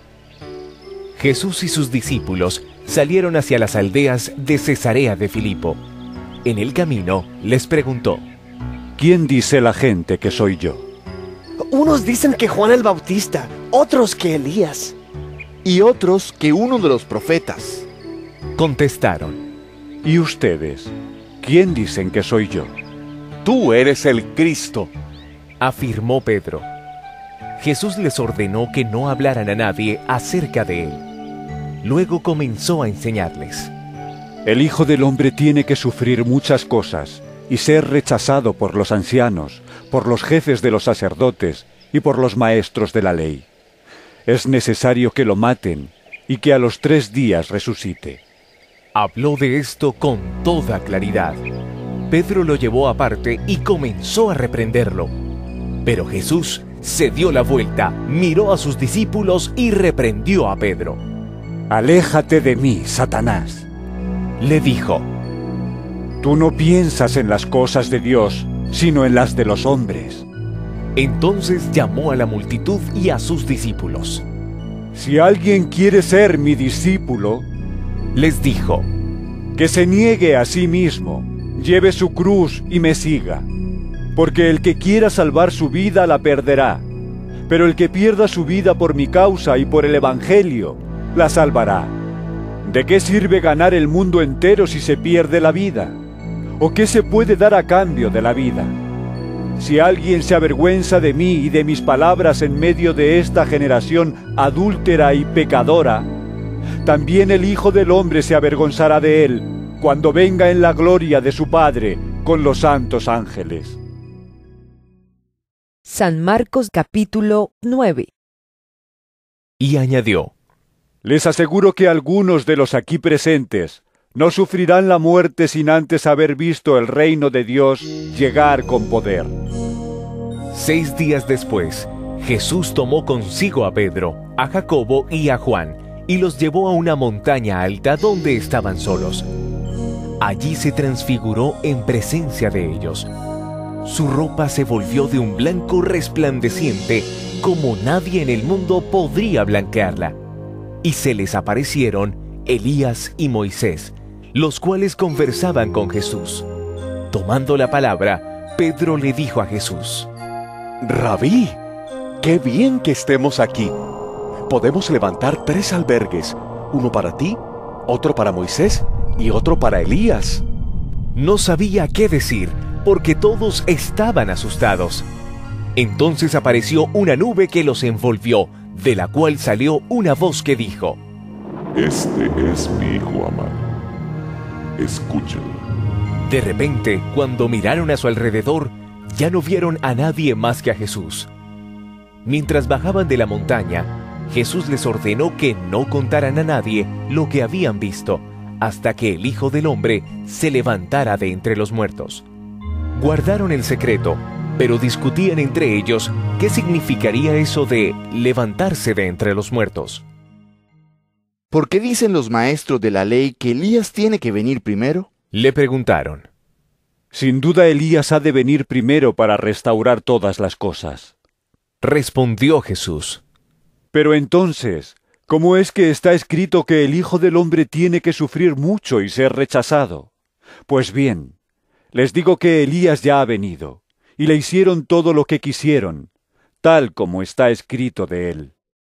Jesús y sus discípulos salieron hacia las aldeas de Cesarea de Filipo. En el camino les preguntó: ¿quién dice la gente que soy yo? Unos dicen que Juan el Bautista, otros que Elías. Y otros que uno de los profetas. Contestaron: ¿y ustedes? ¿Quién dicen que soy yo? Tú eres el Cristo, afirmó Pedro. Jesús les ordenó que no hablaran a nadie acerca de él. Luego comenzó a enseñarles: el Hijo del Hombre tiene que sufrir muchas cosas y ser rechazado por los ancianos, por los jefes de los sacerdotes y por los maestros de la ley. Es necesario que lo maten y que a los 3 días resucite. Habló de esto con toda claridad. Pedro lo llevó aparte y comenzó a reprenderlo. Pero Jesús se dio la vuelta, miró a sus discípulos y reprendió a Pedro. Aléjate de mí, Satanás, le dijo. Tú no piensas en las cosas de Dios, sino en las de los hombres. Entonces llamó a la multitud y a sus discípulos. Si alguien quiere ser mi discípulo, les dijo, que se niegue a sí mismo, lleve su cruz y me siga. Porque el que quiera salvar su vida la perderá, pero el que pierda su vida por mi causa y por el Evangelio, la salvará. ¿De qué sirve ganar el mundo entero si se pierde la vida? ¿O qué se puede dar a cambio de la vida? Si alguien se avergüenza de mí y de mis palabras en medio de esta generación adúltera y pecadora, también el Hijo del Hombre se avergonzará de él cuando venga en la gloria de su Padre con los santos ángeles. San Marcos capítulo 9. Y añadió: Les aseguro que algunos de los aquí presentes no sufrirán la muerte sin antes haber visto el reino de Dios llegar con poder. 6 días después, Jesús tomó consigo a Pedro, a Jacobo y a Juan, y los llevó a una montaña alta donde estaban solos. Allí se transfiguró en presencia de ellos. Su ropa se volvió de un blanco resplandeciente, como nadie en el mundo podría blanquearla. Y se les aparecieron Elías y Moisés, los cuales conversaban con Jesús. Tomando la palabra, Pedro le dijo a Jesús: Rabí, ¡Qué bien que estemos aquí! Podemos levantar 3 albergues, uno para ti, otro para Moisés y otro para Elías. No sabía qué decir, porque todos estaban asustados. Entonces apareció una nube que los envolvió, de la cual salió una voz que dijo: Este es mi hijo amado. Escúchalo. De repente, cuando miraron a su alrededor, ya no vieron a nadie más que a Jesús. Mientras bajaban de la montaña, Jesús les ordenó que no contaran a nadie lo que habían visto, hasta que el Hijo del Hombre se levantara de entre los muertos. Guardaron el secreto, pero discutían entre ellos qué significaría eso de levantarse de entre los muertos. ¿Por qué dicen los maestros de la ley que Elías tiene que venir primero? Le preguntaron. Sin duda Elías ha de venir primero para restaurar todas las cosas. Respondió Jesús. Pero entonces, ¿cómo es que está escrito que el Hijo del Hombre tiene que sufrir mucho y ser rechazado? Pues bien, les digo que Elías ya ha venido, y le hicieron todo lo que quisieron, tal como está escrito de él.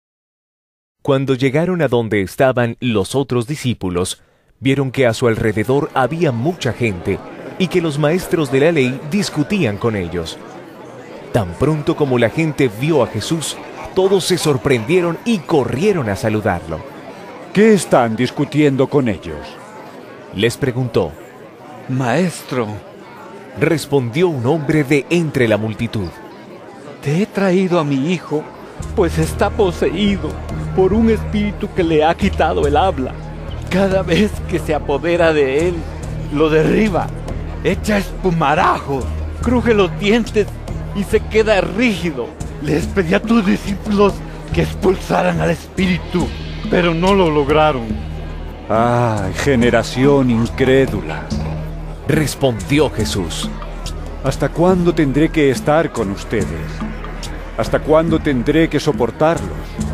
Cuando llegaron a donde estaban los otros discípulos, vieron que a su alrededor había mucha gente y que los maestros de la ley discutían con ellos. Tan pronto como la gente vio a Jesús, todos se sorprendieron y corrieron a saludarlo. ¿Qué están discutiendo con ellos? Les preguntó. Maestro, respondió un hombre de entre la multitud. Te he traído a mi hijo, pues está poseído por un espíritu que le ha quitado el habla. Cada vez que se apodera de él, lo derriba, echa espumarajos, cruje los dientes y se queda rígido. Les pedí a tus discípulos que expulsaran al espíritu, pero no lo lograron. ¡Ay, generación incrédula! Respondió Jesús. ¿Hasta cuándo tendré que estar con ustedes? ¿Hasta cuándo tendré que soportarlos?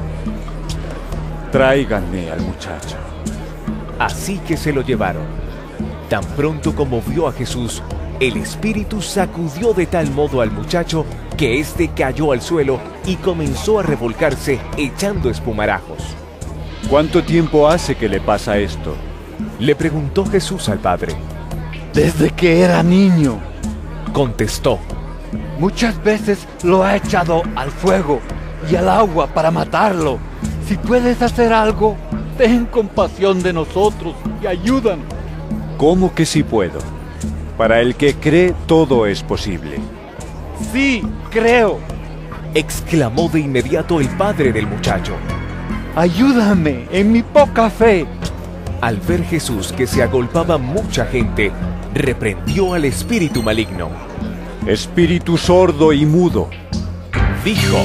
Tráiganme al muchacho. Así que se lo llevaron. Tan pronto como vio a Jesús, el espíritu sacudió de tal modo al muchacho que éste cayó al suelo y comenzó a revolcarse echando espumarajos. ¿Cuánto tiempo hace que le pasa esto? Le preguntó Jesús al padre. Desde que era niño, contestó. Muchas veces lo ha echado al fuego y al agua para matarlo. Si puedes hacer algo, ten compasión de nosotros y ayúdanos. ¿Cómo que sí puedo? Para el que cree, todo es posible. Sí, creo, exclamó de inmediato el padre del muchacho. Ayúdame en mi poca fe. Al ver Jesús que se agolpaba mucha gente, reprendió al espíritu maligno. Espíritu sordo y mudo, dijo,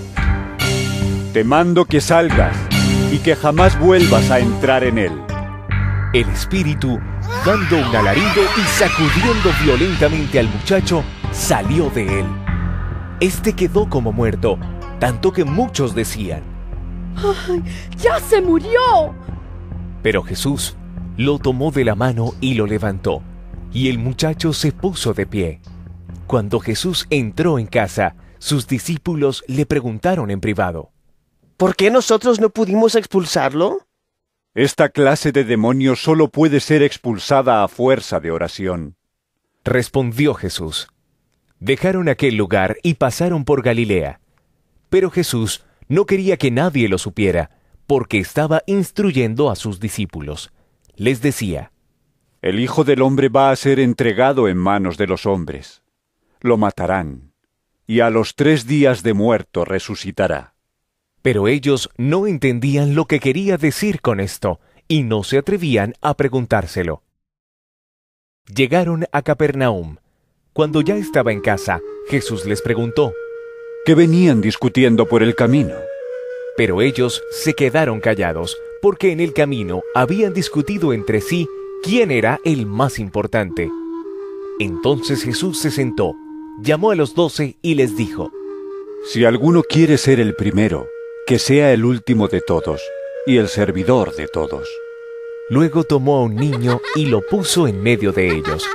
te mando que salgas y que jamás vuelvas a entrar en él. El espíritu, dando un alarido y sacudiendo violentamente al muchacho, salió de él. Este quedó como muerto, tanto que muchos decían, ¡ay, ya se murió! Pero Jesús lo tomó de la mano y lo levantó, y el muchacho se puso de pie. Cuando Jesús entró en casa, sus discípulos le preguntaron en privado, ¿por qué nosotros no pudimos expulsarlo? Esta clase de demonios solo puede ser expulsada a fuerza de oración. Respondió Jesús. Dejaron aquel lugar y pasaron por Galilea. Pero Jesús no quería que nadie lo supiera, porque estaba instruyendo a sus discípulos. Les decía, el Hijo del Hombre va a ser entregado en manos de los hombres. Lo matarán, y a los 3 días de muerto resucitará. Pero ellos no entendían lo que quería decir con esto, y no se atrevían a preguntárselo. Llegaron a Capernaum. Cuando ya estaba en casa, Jesús les preguntó, ¿qué venían discutiendo por el camino? Pero ellos se quedaron callados, porque en el camino habían discutido entre sí quién era el más importante. Entonces Jesús se sentó, llamó a los 12 y les dijo, si alguno quiere ser el primero, que sea el último de todos y el servidor de todos. Luego tomó a un niño y lo puso en medio de ellos.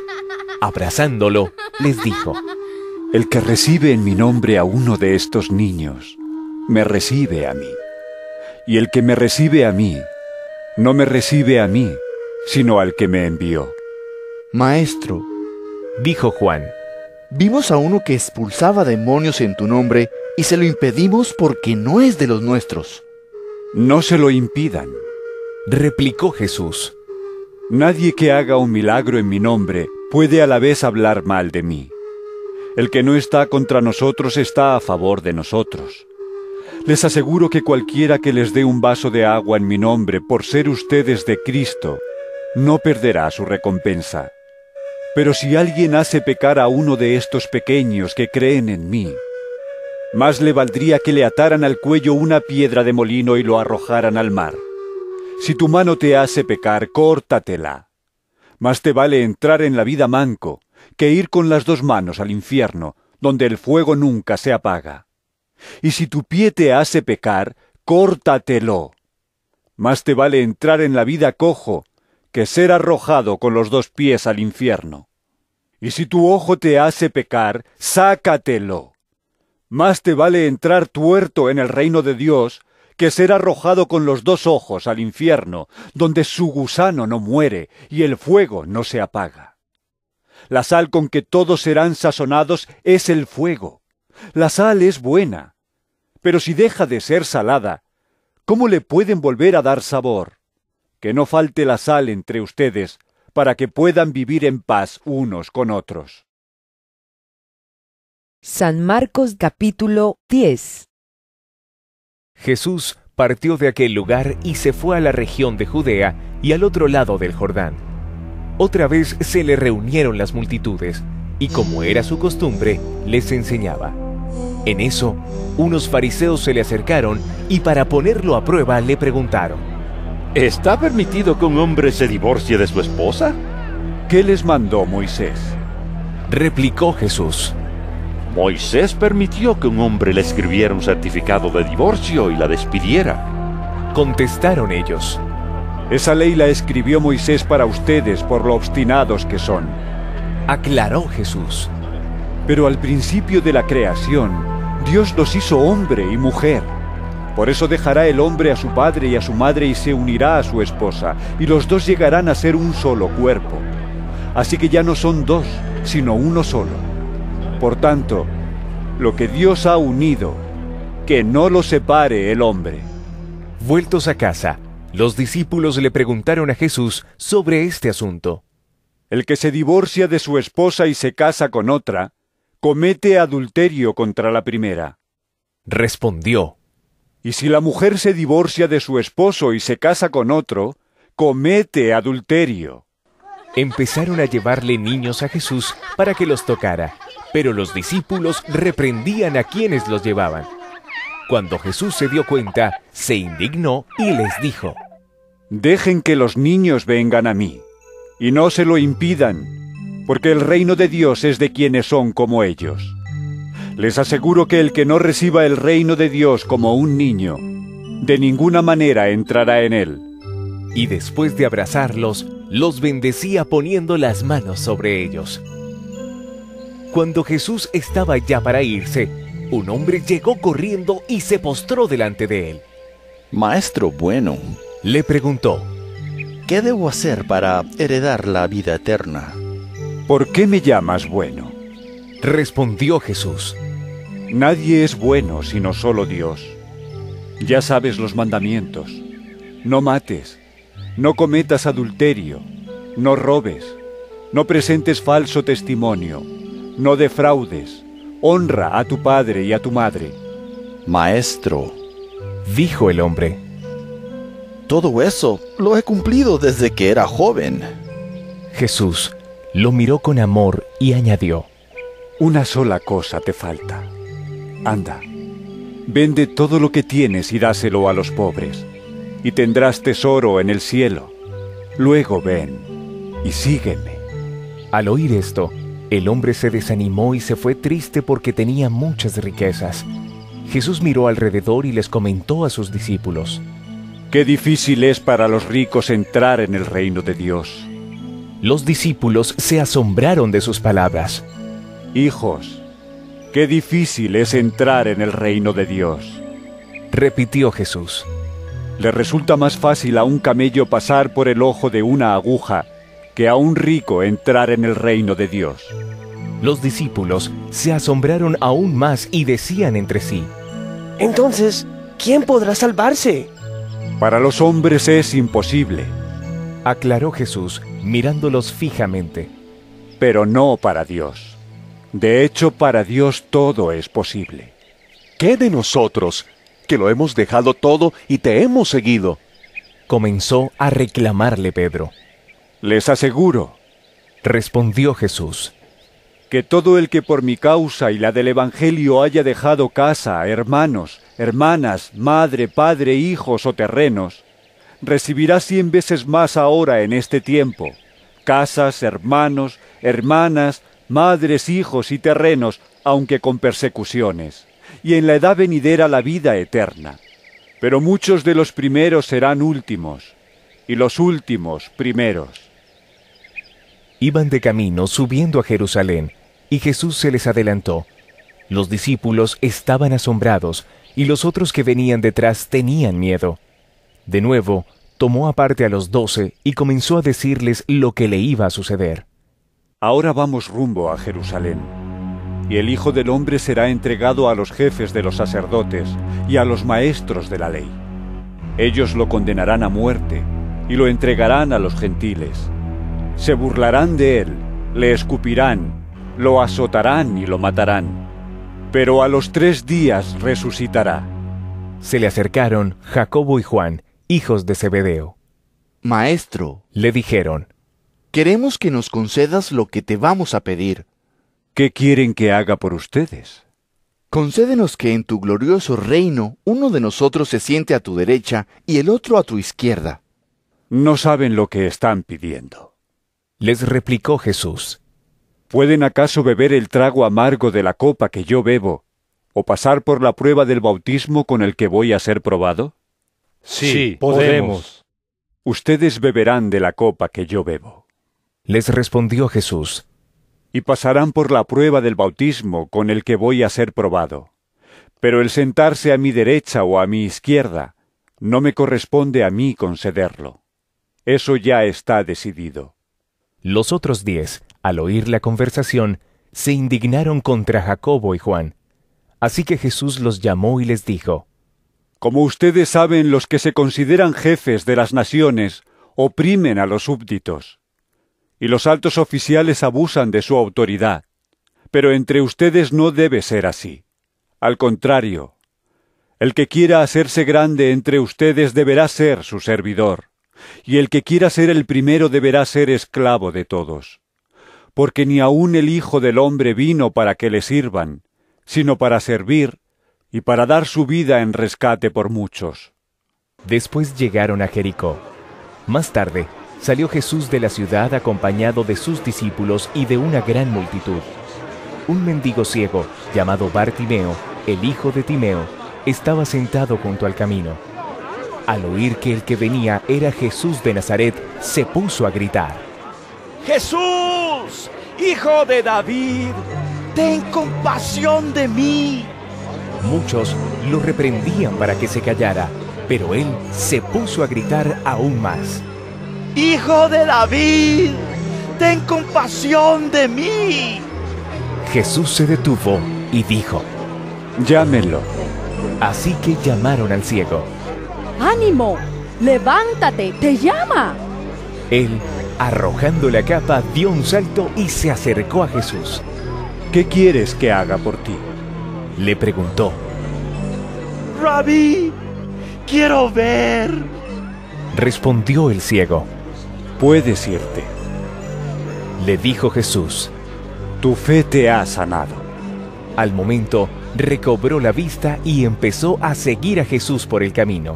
Abrazándolo, les dijo, el que recibe en mi nombre a uno de estos niños, me recibe a mí. Y el que me recibe a mí, no me recibe a mí, sino al que me envió. Maestro, dijo Juan, vimos a uno que expulsaba demonios en tu nombre y se lo impedimos porque no es de los nuestros. No se lo impidan, replicó Jesús. Nadie que haga un milagro en mi nombre puede a la vez hablar mal de mí. El que no está contra nosotros está a favor de nosotros. Les aseguro que cualquiera que les dé un vaso de agua en mi nombre por ser ustedes de Cristo, no perderá su recompensa. Pero si alguien hace pecar a uno de estos pequeños que creen en mí, más le valdría que le ataran al cuello una piedra de molino y lo arrojaran al mar. Si tu mano te hace pecar, córtatela. Más te vale entrar en la vida manco que ir con las dos manos al infierno, donde el fuego nunca se apaga. Y si tu pie te hace pecar, córtatelo. Más te vale entrar en la vida cojo que ser arrojado con los dos pies al infierno. Y si tu ojo te hace pecar, sácatelo. Más te vale entrar tuerto en el reino de Dios que ser arrojado con los dos ojos al infierno, donde su gusano no muere y el fuego no se apaga. La sal con que todos serán sazonados es el fuego. La sal es buena, pero si deja de ser salada, ¿cómo le pueden volver a dar sabor? Que no falte la sal entre ustedes, para que puedan vivir en paz unos con otros. San Marcos capítulo 10. Jesús partió de aquel lugar y se fue a la región de Judea y al otro lado del Jordán. Otra vez se le reunieron las multitudes, y como era su costumbre, les enseñaba. En eso, unos fariseos se le acercaron y para ponerlo a prueba le preguntaron: ¿está permitido que un hombre se divorcie de su esposa? ¿Qué les mandó Moisés? Replicó Jesús: Moisés permitió que un hombre le escribiera un certificado de divorcio y la despidiera. Contestaron ellos: esa ley la escribió Moisés para ustedes por lo obstinados que son. Aclaró Jesús: pero al principio de la creación, Dios los hizo hombre y mujer. Por eso dejará el hombre a su padre y a su madre y se unirá a su esposa, y los dos llegarán a ser un solo cuerpo. Así que ya no son dos, sino uno solo. Por tanto, lo que Dios ha unido, que no lo separe el hombre. Vueltos a casa, los discípulos le preguntaron a Jesús sobre este asunto. El que se divorcia de su esposa y se casa con otra, comete adulterio contra la primera. Respondió: y si la mujer se divorcia de su esposo y se casa con otro, comete adulterio. Empezaron a llevarle niños a Jesús para que los tocara, pero los discípulos reprendían a quienes los llevaban. Cuando Jesús se dio cuenta, se indignó y les dijo: dejen que los niños vengan a mí, y no se lo impidan, porque el reino de Dios es de quienes son como ellos. Les aseguro que el que no reciba el reino de Dios como un niño, de ninguna manera entrará en él. Y después de abrazarlos, los bendecía poniendo las manos sobre ellos. Cuando Jesús estaba ya para irse, un hombre llegó corriendo y se postró delante de él. Maestro bueno, le preguntó: ¿qué debo hacer para heredar la vida eterna? ¿Por qué me llamas bueno? Respondió Jesús: nadie es bueno sino solo Dios. Ya sabes los mandamientos: no mates, no cometas adulterio, no robes, no presentes falso testimonio, no defraudes, honra a tu padre y a tu madre. Maestro, dijo el hombre, todo eso lo he cumplido desde que era joven. Jesús lo miró con amor y añadió: una sola cosa te falta. Anda, vende todo lo que tienes y dáselo a los pobres, y tendrás tesoro en el cielo. Luego ven y sígueme. Al oír esto, el hombre se desanimó y se fue triste porque tenía muchas riquezas. Jesús miró alrededor y les comentó a sus discípulos: qué difícil es para los ricos entrar en el reino de Dios. Los discípulos se asombraron de sus palabras. Hijos, qué difícil es entrar en el reino de Dios. repitió Jesús. Le resulta más fácil a un camello pasar por el ojo de una aguja que a un rico entrar en el reino de Dios. Los discípulos se asombraron aún más y decían entre sí: Entonces, ¿quién podrá salvarse? Para los hombres es imposible, aclaró Jesús, mirándolos fijamente. Pero no para Dios. De hecho, para Dios todo es posible. ¿Qué de nosotros, que lo hemos dejado todo y te hemos seguido? Comenzó a reclamarle Pedro. Les aseguro, respondió Jesús, que todo el que por mi causa y la del Evangelio haya dejado casa, hermanos, hermanas, madre, padre, hijos o terrenos, recibirá 100 veces más ahora en este tiempo, casas, hermanos, hermanas, madres, hijos y terrenos, aunque con persecuciones, y en la edad venidera la vida eterna. Pero muchos de los primeros serán últimos, y los últimos primeros. Iban de camino subiendo a Jerusalén, y Jesús se les adelantó. Los discípulos estaban asombrados, y los otros que venían detrás tenían miedo. De nuevo, tomó aparte a los 12 y comenzó a decirles lo que le iba a suceder. Ahora vamos rumbo a Jerusalén, y el Hijo del Hombre será entregado a los jefes de los sacerdotes y a los maestros de la ley. Ellos lo condenarán a muerte y lo entregarán a los gentiles. Se burlarán de él, le escupirán, lo azotarán y lo matarán. Pero a los 3 días resucitará. Se le acercaron Jacobo y Juan, hijos de Zebedeo. Maestro, le dijeron, queremos que nos concedas lo que te vamos a pedir. ¿Qué quieren que haga por ustedes? Concédenos que en tu glorioso reino uno de nosotros se siente a tu derecha y el otro a tu izquierda. No saben lo que están pidiendo. Les replicó Jesús. ¿Pueden acaso beber el trago amargo de la copa que yo bebo, o pasar por la prueba del bautismo con el que voy a ser probado? Sí, podemos. Ustedes beberán de la copa que yo bebo. Les respondió Jesús. Y pasarán por la prueba del bautismo con el que voy a ser probado. Pero el sentarse a mi derecha o a mi izquierda no me corresponde a mí concederlo. Eso ya está decidido. Los otros 10, al oír la conversación, se indignaron contra Jacobo y Juan. Así que Jesús los llamó y les dijo: Como ustedes saben, los que se consideran jefes de las naciones oprimen a los súbditos, y los altos oficiales abusan de su autoridad. Pero entre ustedes no debe ser así. Al contrario, el que quiera hacerse grande entre ustedes deberá ser su servidor, y el que quiera ser el primero deberá ser esclavo de todos. Porque ni aun el Hijo del Hombre vino para que le sirvan, sino para servir y para dar su vida en rescate por muchos. Después llegaron a Jericó. Más tarde, salió Jesús de la ciudad acompañado de sus discípulos y de una gran multitud. Un mendigo ciego, llamado Bartimeo, el hijo de Timeo, estaba sentado junto al camino. Al oír que el que venía era Jesús de Nazaret, se puso a gritar: ¡Jesús, hijo de David, ten compasión de mí! Muchos lo reprendían para que se callara, pero él se puso a gritar aún más: ¡Hijo de David, ten compasión de mí! Jesús se detuvo y dijo: Llámenlo. Así que llamaron al ciego. ¡Ánimo! ¡Levántate! ¡Te llama! Él, arrojando la capa, dio un salto y se acercó a Jesús. ¿Qué quieres que haga por ti?, le preguntó. Rabí, quiero ver. Respondió el ciego. Puedes irte, le dijo Jesús. Tu fe te ha sanado. Al momento, recobró la vista y empezó a seguir a Jesús por el camino.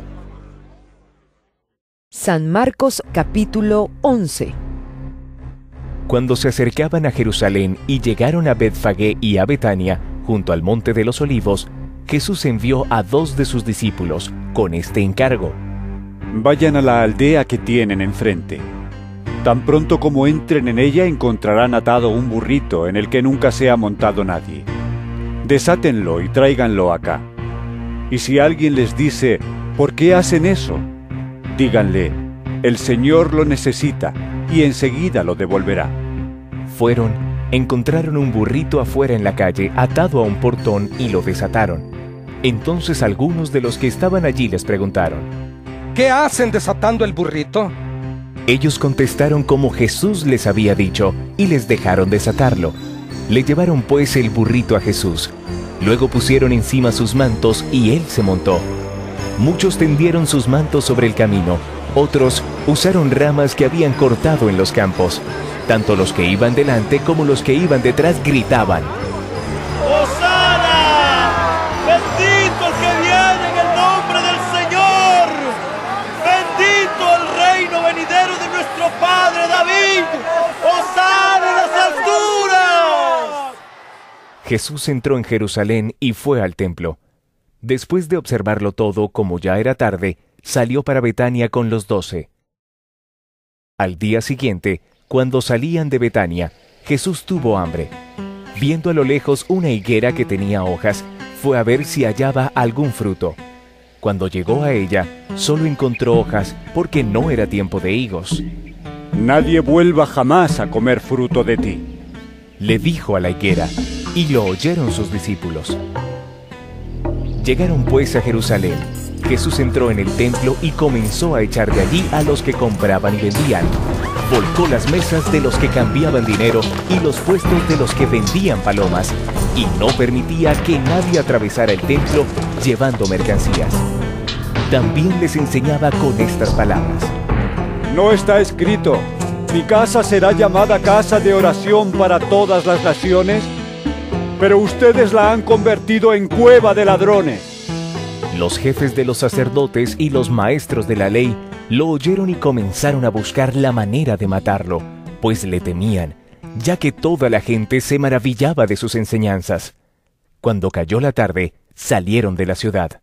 San Marcos capítulo 11. Cuando se acercaban a Jerusalén y llegaron a Betfagé y a Betania, junto al monte de los Olivos, Jesús envió a 2 de sus discípulos con este encargo: Vayan a la aldea que tienen enfrente. Tan pronto como entren en ella encontrarán atado un burrito en el que nunca se ha montado nadie. Desátenlo y tráiganlo acá. Y si alguien les dice, ¿por qué hacen eso?, díganle, el Señor lo necesita y enseguida lo devolverá. Fueron, encontraron un burrito afuera en la calle atado a un portón y lo desataron. Entonces algunos de los que estaban allí les preguntaron, ¿qué hacen desatando el burrito? Ellos contestaron como Jesús les había dicho y les dejaron desatarlo. Le llevaron pues el burrito a Jesús. Luego pusieron encima sus mantos y él se montó. Muchos tendieron sus mantos sobre el camino, otros usaron ramas que habían cortado en los campos. Tanto los que iban delante como los que iban detrás gritaban, ¡Hosana! ¡Bendito el que viene en el nombre del Señor! ¡Bendito el reino venidero de nuestro padre David! ¡Hosana en las alturas! Jesús entró en Jerusalén y fue al templo. Después de observarlo todo, como ya era tarde, salió para Betania con los 12. Al día siguiente, cuando salían de Betania, Jesús tuvo hambre. Viendo a lo lejos una higuera que tenía hojas, fue a ver si hallaba algún fruto. Cuando llegó a ella, solo encontró hojas porque no era tiempo de higos. Nadie vuelva jamás a comer fruto de ti, le dijo a la higuera, y lo oyeron sus discípulos. Llegaron pues a Jerusalén. Jesús entró en el templo y comenzó a echar de allí a los que compraban y vendían. Volcó las mesas de los que cambiaban dinero y los puestos de los que vendían palomas, y no permitía que nadie atravesara el templo llevando mercancías. También les enseñaba con estas palabras: no está escrito, mi casa será llamada casa de oración para todas las naciones, pero ustedes la han convertido en cueva de ladrones. Los jefes de los sacerdotes y los maestros de la ley lo oyeron y comenzaron a buscar la manera de matarlo, pues le temían, ya que toda la gente se maravillaba de sus enseñanzas. Cuando cayó la tarde, salieron de la ciudad.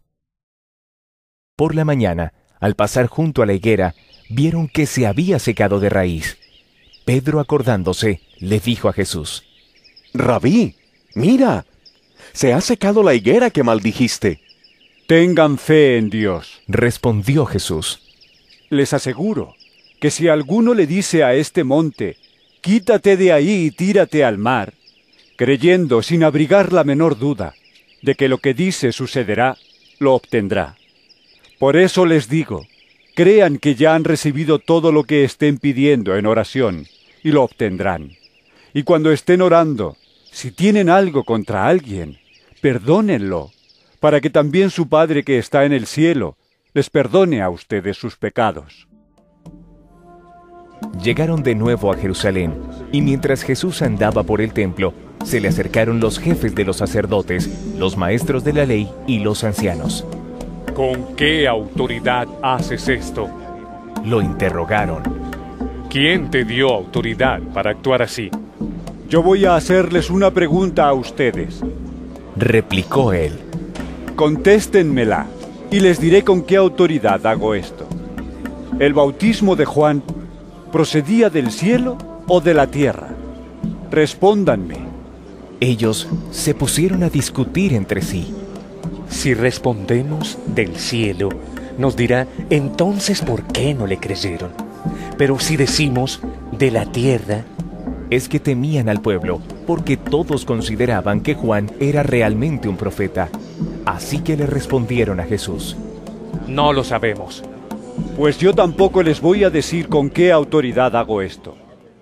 Por la mañana, al pasar junto a la higuera, vieron que se había secado de raíz. Pedro, acordándose, le dijo a Jesús: Rabí, mira, se ha secado la higuera que maldijiste. Tengan fe en Dios, respondió Jesús. Les aseguro que si alguno le dice a este monte, quítate de ahí y tírate al mar, creyendo sin abrigar la menor duda de que lo que dice sucederá, lo obtendrá. Por eso les digo, crean que ya han recibido todo lo que estén pidiendo en oración, y lo obtendrán. Y cuando estén orando, si tienen algo contra alguien, perdónenlo, para que también su Padre que está en el cielo les perdone a ustedes sus pecados. Llegaron de nuevo a Jerusalén, y mientras Jesús andaba por el templo, se le acercaron los jefes de los sacerdotes, los maestros de la ley y los ancianos. ¿Con qué autoridad haces esto?, lo interrogaron. ¿Quién te dio autoridad para actuar así? Yo voy a hacerles una pregunta a ustedes, replicó él. Contéstenmela, y les diré con qué autoridad hago esto. ¿El bautismo de Juan procedía del cielo o de la tierra? Respóndanme. Ellos se pusieron a discutir entre sí. Si respondemos del cielo, nos dirá, entonces ¿por qué no le creyeron? Pero si decimos de la tierra... Es que temían al pueblo, porque todos consideraban que Juan era realmente un profeta. Así que le respondieron a Jesús: no lo sabemos. Pues yo tampoco les voy a decir con qué autoridad hago esto.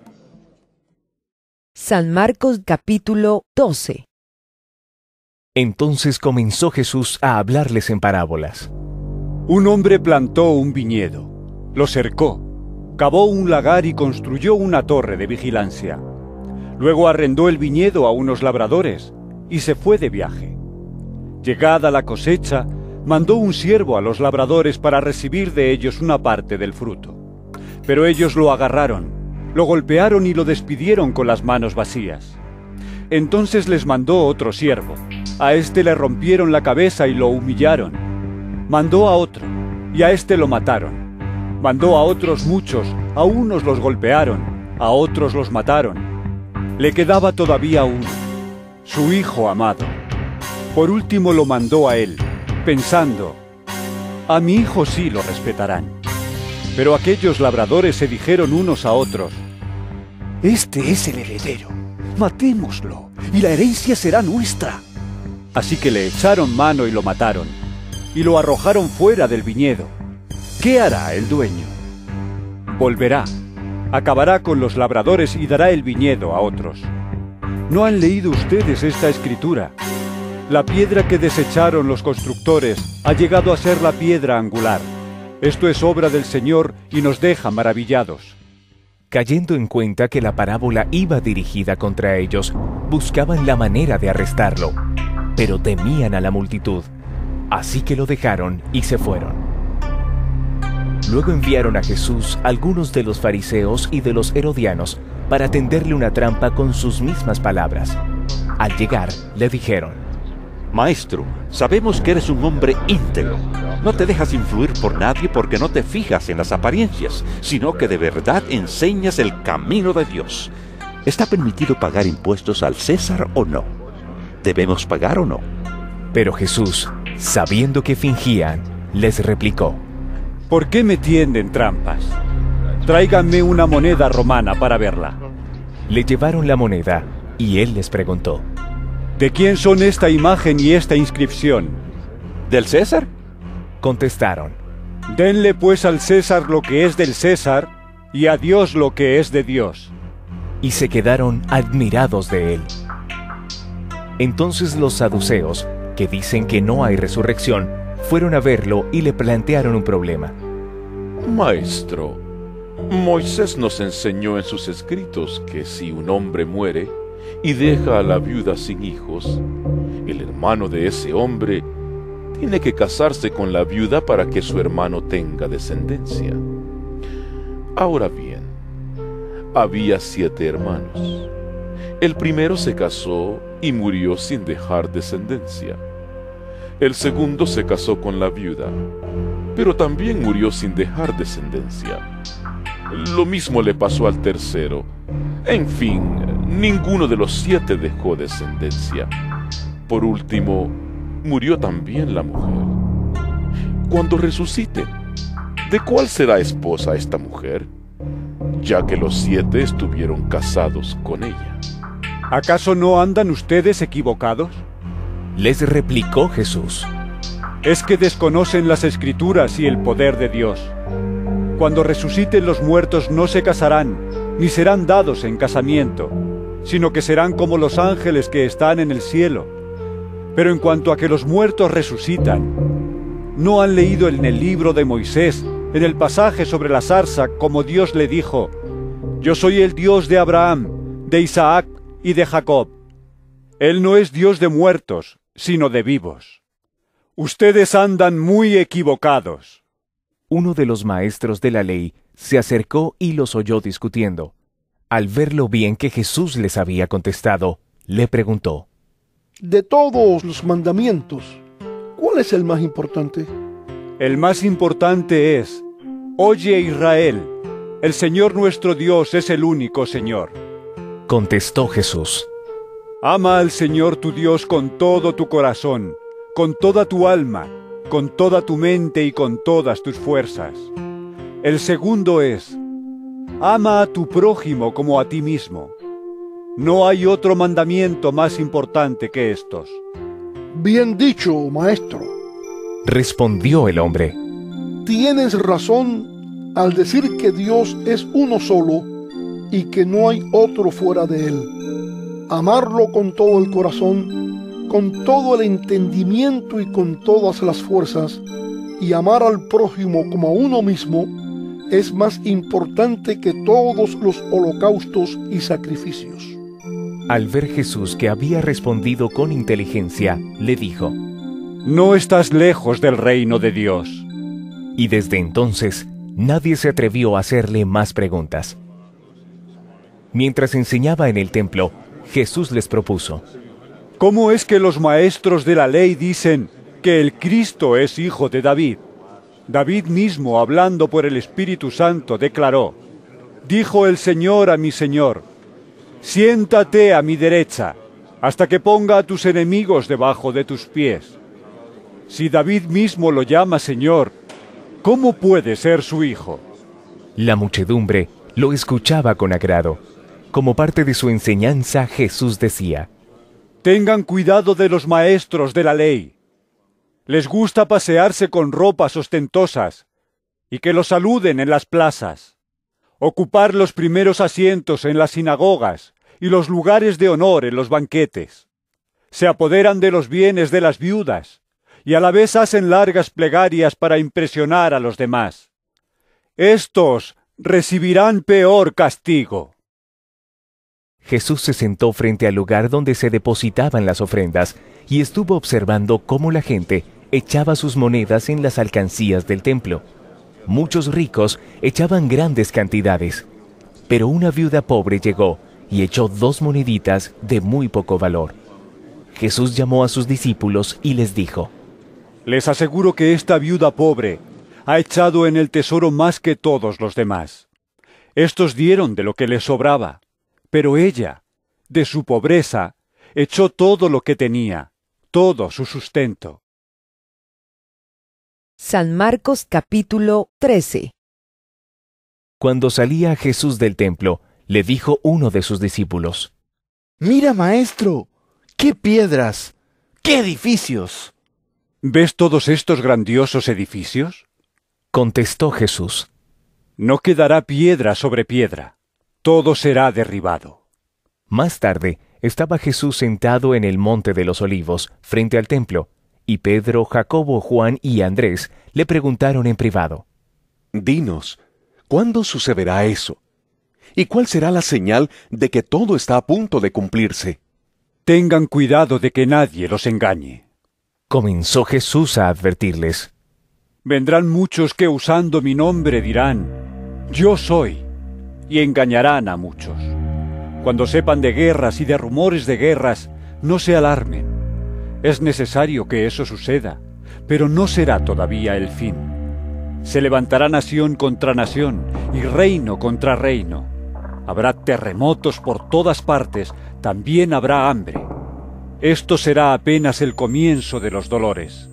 San Marcos capítulo 12. Entonces comenzó Jesús a hablarles en parábolas. Un hombre plantó un viñedo, lo cercó, cavó un lagar y construyó una torre de vigilancia. Luego arrendó el viñedo a unos labradores y se fue de viaje. Llegada la cosecha, mandó un siervo a los labradores para recibir de ellos una parte del fruto. Pero ellos lo agarraron, lo golpearon y lo despidieron con las manos vacías. Entonces les mandó otro siervo. A este le rompieron la cabeza y lo humillaron. Mandó a otro, y a este lo mataron. Mandó a otros muchos, a unos los golpearon, a otros los mataron. Le quedaba todavía uno, su hijo amado. Por último lo mandó a él, pensando, a mi hijo sí lo respetarán. Pero aquellos labradores se dijeron unos a otros, este es el heredero, matémoslo, y la herencia será nuestra. Así que le echaron mano y lo mataron, y lo arrojaron fuera del viñedo. ¿Qué hará el dueño? Volverá, acabará con los labradores y dará el viñedo a otros. ¿No han leído ustedes esta escritura? La piedra que desecharon los constructores ha llegado a ser la piedra angular. Esto es obra del Señor y nos deja maravillados. Cayendo en cuenta que la parábola iba dirigida contra ellos, buscaban la manera de arrestarlo, pero temían a la multitud, así que lo dejaron y se fueron. Luego enviaron a Jesús algunos de los fariseos y de los herodianos para tenderle una trampa con sus mismas palabras. Al llegar, le dijeron, Maestro, sabemos que eres un hombre íntegro. No te dejas influir por nadie porque no te fijas en las apariencias, sino que de verdad enseñas el camino de Dios. ¿Está permitido pagar impuestos al César o no? ¿Debemos pagar o no? Pero Jesús, sabiendo que fingían, les replicó, ¿por qué me tienden trampas? Tráiganme una moneda romana para verla. Le llevaron la moneda y él les preguntó, ¿de quién son esta imagen y esta inscripción? ¿Del César? Contestaron, denle pues al César lo que es del César y a Dios lo que es de Dios. Y se quedaron admirados de él. Entonces los saduceos, que dicen que no hay resurrección, fueron a verlo y le plantearon un problema. Maestro, Moisés nos enseñó en sus escritos que si un hombre muere y deja a la viuda sin hijos, el hermano de ese hombre tiene que casarse con la viuda para que su hermano tenga descendencia. Ahora bien, había 7 hermanos. El primero se casó y murió sin dejar descendencia. El segundo se casó con la viuda, pero también murió sin dejar descendencia. Lo mismo le pasó al tercero. En fin, ninguno de los 7 dejó descendencia. Por último, murió también la mujer. Cuando resucite, ¿de cuál será esposa esta mujer? Ya que los 7 estuvieron casados con ella. ¿Acaso no andan ustedes equivocados? Les replicó Jesús, es que desconocen las Escrituras y el poder de Dios. Cuando resuciten los muertos no se casarán, ni serán dados en casamiento, sino que serán como los ángeles que están en el cielo. Pero en cuanto a que los muertos resucitan, ¿no han leído en el libro de Moisés, en el pasaje sobre la zarza, como Dios le dijo, yo soy el Dios de Abraham, de Isaac y de Jacob? Él no es Dios de muertos, sino de vivos. Ustedes andan muy equivocados. Uno de los maestros de la ley se acercó y los oyó discutiendo. Al ver lo bien que Jesús les había contestado, le preguntó, de todos los mandamientos, ¿cuál es el más importante? El más importante es, oye Israel, el Señor nuestro Dios es el único Señor. Contestó Jesús, ama al Señor tu Dios con todo tu corazón, con toda tu alma, con toda tu mente y con todas tus fuerzas. El segundo es, ama a tu prójimo como a ti mismo. No hay otro mandamiento más importante que estos. Bien dicho, maestro. Respondió el hombre. Tienes razón al decir que Dios es uno solo y que no hay otro fuera de él. Amarlo con todo el corazón, con todo el entendimiento y con todas las fuerzas, y amar al prójimo como a uno mismo, es más importante que todos los holocaustos y sacrificios. Al ver Jesús que había respondido con inteligencia, le dijo, no estás lejos del reino de Dios. Y desde entonces, nadie se atrevió a hacerle más preguntas. Mientras enseñaba en el templo, Jesús les propuso, ¿cómo es que los maestros de la ley dicen que el Cristo es hijo de David? David mismo, hablando por el Espíritu Santo, declaró, dijo el Señor a mi Señor, siéntate a mi derecha, hasta que ponga a tus enemigos debajo de tus pies. Si David mismo lo llama Señor, ¿cómo puede ser su hijo? La muchedumbre lo escuchaba con agrado. Como parte de su enseñanza, Jesús decía: Tengan cuidado de los maestros de la ley. Les gusta pasearse con ropas ostentosas y que los saluden en las plazas, ocupar los primeros asientos en las sinagogas y los lugares de honor en los banquetes. Se apoderan de los bienes de las viudas y a la vez hacen largas plegarias para impresionar a los demás. Estos recibirán peor castigo. Jesús se sentó frente al lugar donde se depositaban las ofrendas y estuvo observando cómo la gente echaba sus monedas en las alcancías del templo. Muchos ricos echaban grandes cantidades, pero una viuda pobre llegó y echó 2 moneditas de muy poco valor. Jesús llamó a sus discípulos y les dijo: Les aseguro que esta viuda pobre ha echado en el tesoro más que todos los demás. Estos dieron de lo que les sobraba, pero ella, de su pobreza, echó todo lo que tenía, todo su sustento. San Marcos capítulo 13. Cuando salía Jesús del templo, le dijo uno de sus discípulos: Mira, maestro, qué piedras, qué edificios. ¿Ves todos estos grandiosos edificios? Contestó Jesús: No quedará piedra sobre piedra, todo será derribado. Más tarde, estaba Jesús sentado en el monte de los Olivos, frente al templo, y Pedro, Jacobo, Juan y Andrés le preguntaron en privado: Dinos, ¿cuándo sucederá eso? ¿Y cuál será la señal de que todo está a punto de cumplirse? Tengan cuidado de que nadie los engañe. Comenzó Jesús a advertirles: Vendrán muchos que usando mi nombre dirán: Yo soy, y engañarán a muchos. Cuando sepan de guerras y de rumores de guerras, no se alarmen. Es necesario que eso suceda, pero no será todavía el fin. Se levantará nación contra nación y reino contra reino. Habrá terremotos por todas partes, también habrá hambre. Esto será apenas el comienzo de los dolores.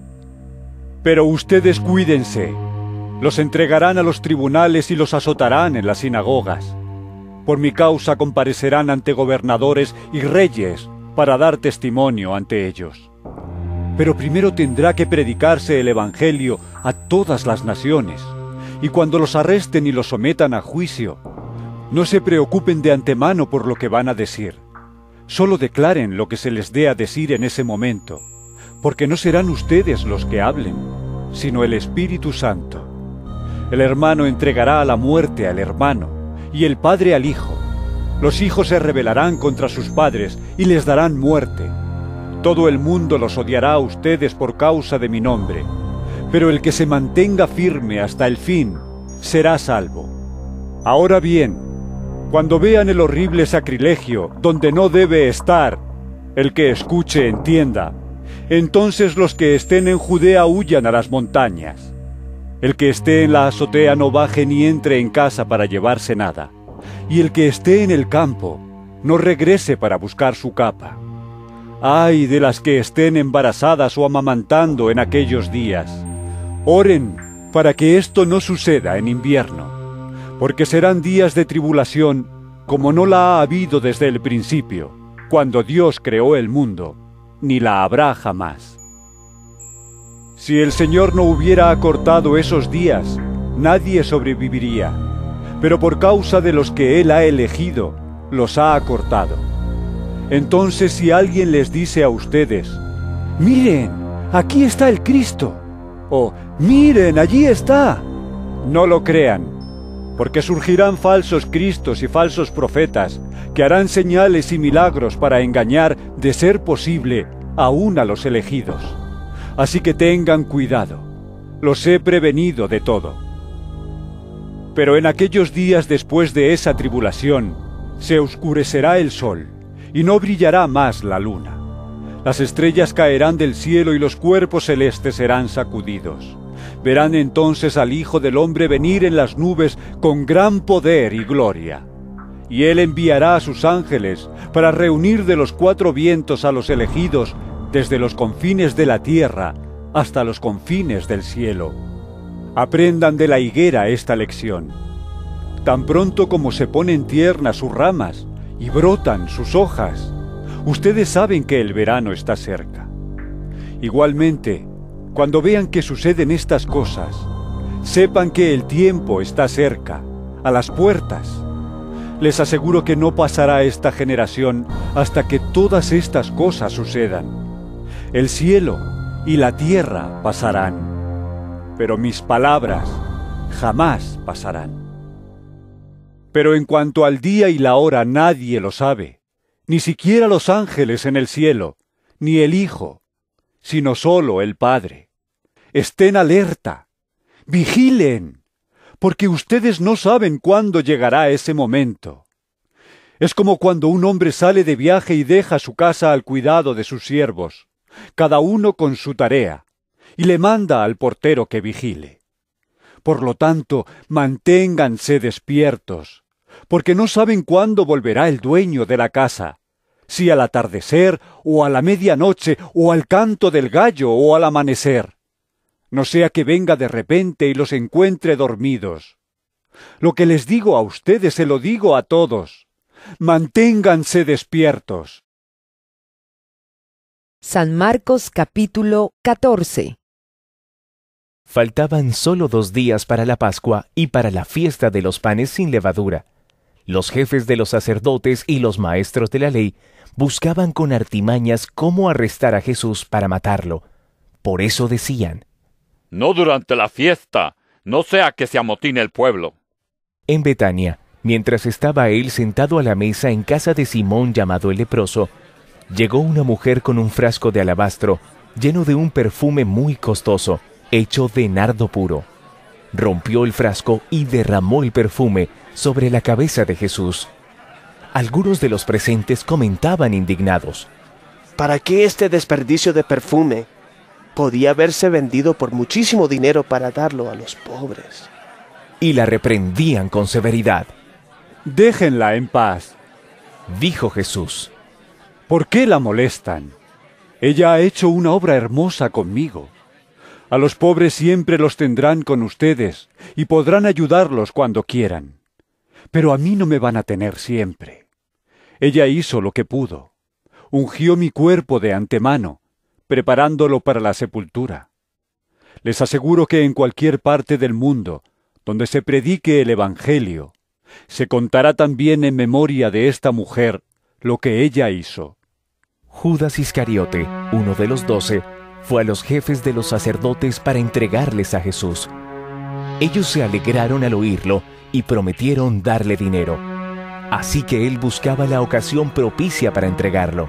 Pero ustedes cuídense. Los entregarán a los tribunales y los azotarán en las sinagogas. Por mi causa comparecerán ante gobernadores y reyes para dar testimonio ante ellos. Pero primero tendrá que predicarse el Evangelio a todas las naciones, y cuando los arresten y los sometan a juicio, no se preocupen de antemano por lo que van a decir. Solo declaren lo que se les dé a decir en ese momento, porque no serán ustedes los que hablen, sino el Espíritu Santo. El hermano entregará a la muerte al hermano, y el padre al hijo. Los hijos se rebelarán contra sus padres y les darán muerte. Todo el mundo los odiará a ustedes por causa de mi nombre, pero el que se mantenga firme hasta el fin será salvo. Ahora bien, cuando vean el horrible sacrilegio donde no debe estar, el que escuche entienda. Entonces los que estén en Judea huyan a las montañas. El que esté en la azotea no baje ni entre en casa para llevarse nada. Y el que esté en el campo, no regrese para buscar su capa. ¡Ay de las que estén embarazadas o amamantando en aquellos días! Oren para que esto no suceda en invierno, porque serán días de tribulación como no la ha habido desde el principio, cuando Dios creó el mundo, ni la habrá jamás. Si el Señor no hubiera acortado esos días, nadie sobreviviría. Pero por causa de los que Él ha elegido, los ha acortado. Entonces si alguien les dice a ustedes: Miren, aquí está el Cristo, o Miren, allí está, no lo crean, porque surgirán falsos cristos y falsos profetas, que harán señales y milagros para engañar, de ser posible, aún a los elegidos. Así que tengan cuidado, los he prevenido de todo. Pero en aquellos días después de esa tribulación, se oscurecerá el sol, y no brillará más la luna. Las estrellas caerán del cielo y los cuerpos celestes serán sacudidos. Verán entonces al Hijo del Hombre venir en las nubes con gran poder y gloria. Y Él enviará a sus ángeles para reunir de los 4 vientos a los elegidos desde los confines de la tierra hasta los confines del cielo. Aprendan de la higuera esta lección. Tan pronto como se ponen tiernas sus ramas y brotan sus hojas, ustedes saben que el verano está cerca. Igualmente, cuando vean que suceden estas cosas, sepan que el tiempo está cerca, a las puertas. Les aseguro que no pasará esta generación hasta que todas estas cosas sucedan. El cielo y la tierra pasarán, pero mis palabras jamás pasarán. Pero en cuanto al día y la hora nadie lo sabe, ni siquiera los ángeles en el cielo, ni el Hijo, sino solo el Padre. Estén alerta, vigilen, porque ustedes no saben cuándo llegará ese momento. Es como cuando un hombre sale de viaje y deja su casa al cuidado de sus siervos, cada uno con su tarea, y le manda al portero que vigile. Por lo tanto, manténganse despiertos, porque no saben cuándo volverá el dueño de la casa, si al atardecer, o a la medianoche, o al canto del gallo, o al amanecer. No sea que venga de repente y los encuentre dormidos. Lo que les digo a ustedes se lo digo a todos. Manténganse despiertos. San Marcos capítulo 14. Faltaban solo 2 días para la Pascua y para la fiesta de los panes sin levadura. Los jefes de los sacerdotes y los maestros de la ley buscaban con artimañas cómo arrestar a Jesús para matarlo. Por eso decían: no durante la fiesta, no sea que se amotine el pueblo. En Betania, mientras estaba él sentado a la mesa en casa de Simón llamado el leproso, llegó una mujer con un frasco de alabastro lleno de un perfume muy costoso, hecho de nardo puro. Rompió el frasco y derramó el perfume sobre la cabeza de Jesús. Algunos de los presentes comentaban indignados: ¿para qué este desperdicio de perfume? Podía haberse vendido por muchísimo dinero para darlo a los pobres. Y la reprendían con severidad. Déjenla en paz, dijo Jesús. ¿Por qué la molestan? Ella ha hecho una obra hermosa conmigo. A los pobres siempre los tendrán con ustedes y podrán ayudarlos cuando quieran. Pero a mí no me van a tener siempre. Ella hizo lo que pudo. Ungió mi cuerpo de antemano, preparándolo para la sepultura. Les aseguro que en cualquier parte del mundo donde se predique el Evangelio, se contará también en memoria de esta mujer lo que ella hizo. Judas Iscariote, uno de los 12, fue a los jefes de los sacerdotes para entregarles a Jesús. Ellos se alegraron al oírlo y prometieron darle dinero. Así que él buscaba la ocasión propicia para entregarlo.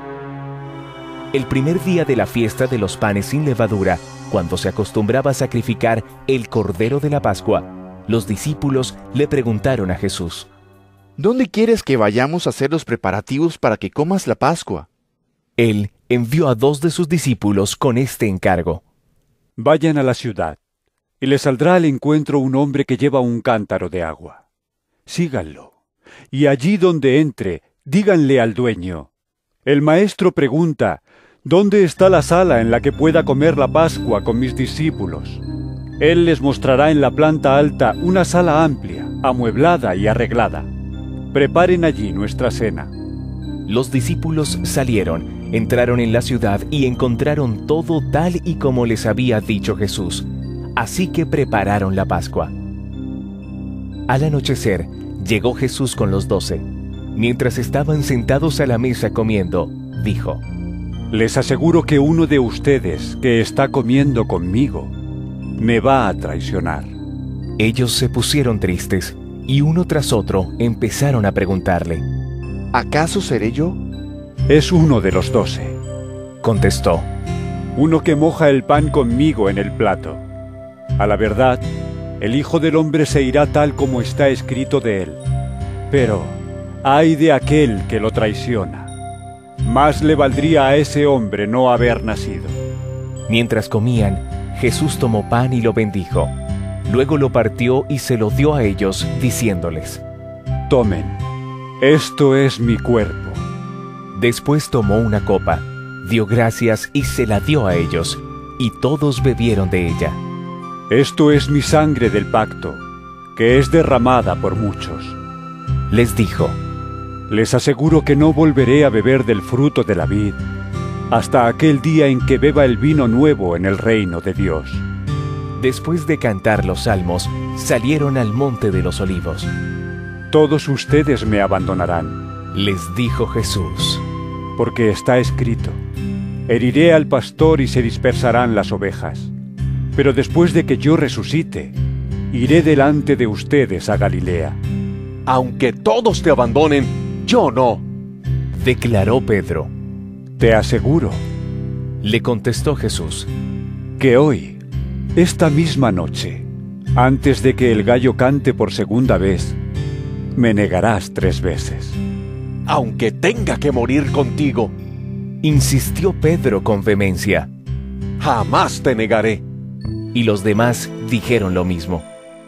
El primer día de la fiesta de los panes sin levadura, cuando se acostumbraba a sacrificar el cordero de la Pascua, los discípulos le preguntaron a Jesús: ¿dónde quieres que vayamos a hacer los preparativos para que comas la Pascua? Él envió a 2 de sus discípulos con este encargo: vayan a la ciudad, y les saldrá al encuentro un hombre que lleva un cántaro de agua. Síganlo, y allí donde entre, díganle al dueño: el maestro pregunta, ¿dónde está la sala en la que pueda comer la Pascua con mis discípulos? Él les mostrará en la planta alta una sala amplia, amueblada y arreglada. Preparen allí nuestra cena. Los discípulos salieron, entraron en la ciudad y encontraron todo tal y como les había dicho Jesús. Así que prepararon la Pascua. Al anochecer, llegó Jesús con los 12. Mientras estaban sentados a la mesa comiendo, dijo: les aseguro que uno de ustedes que está comiendo conmigo me va a traicionar. Ellos se pusieron tristes y uno tras otro empezaron a preguntarle: ¿acaso seré yo? Es uno de los 12, contestó, uno que moja el pan conmigo en el plato. A la verdad, el Hijo del Hombre se irá tal como está escrito de él. Pero ay de aquel que lo traiciona. Más le valdría a ese hombre no haber nacido. Mientras comían, Jesús tomó pan y lo bendijo. Luego lo partió y se lo dio a ellos, diciéndoles: tomen, esto es mi cuerpo. Después tomó una copa, dio gracias y se la dio a ellos. y todos bebieron de ella. Esto es mi sangre del pacto, que es derramada por muchos. Les dijo: les aseguro que no volveré a beber del fruto de la vid, hasta aquel día en que beba el vino nuevo en el reino de Dios. Después de cantar los salmos, salieron al monte de los olivos. Todos ustedes me abandonarán, les dijo Jesús, porque está escrito: heriré al pastor y se dispersarán las ovejas. Pero después de que yo resucite, iré delante de ustedes a Galilea. Aunque todos te abandonen, yo no, declaró Pedro. Te aseguro, le contestó Jesús, que hoy, esta misma noche, antes de que el gallo cante por segunda vez, me negarás 3 veces. Aunque tenga que morir contigo, insistió Pedro con vehemencia. Jamás te negaré. Y los demás dijeron lo mismo.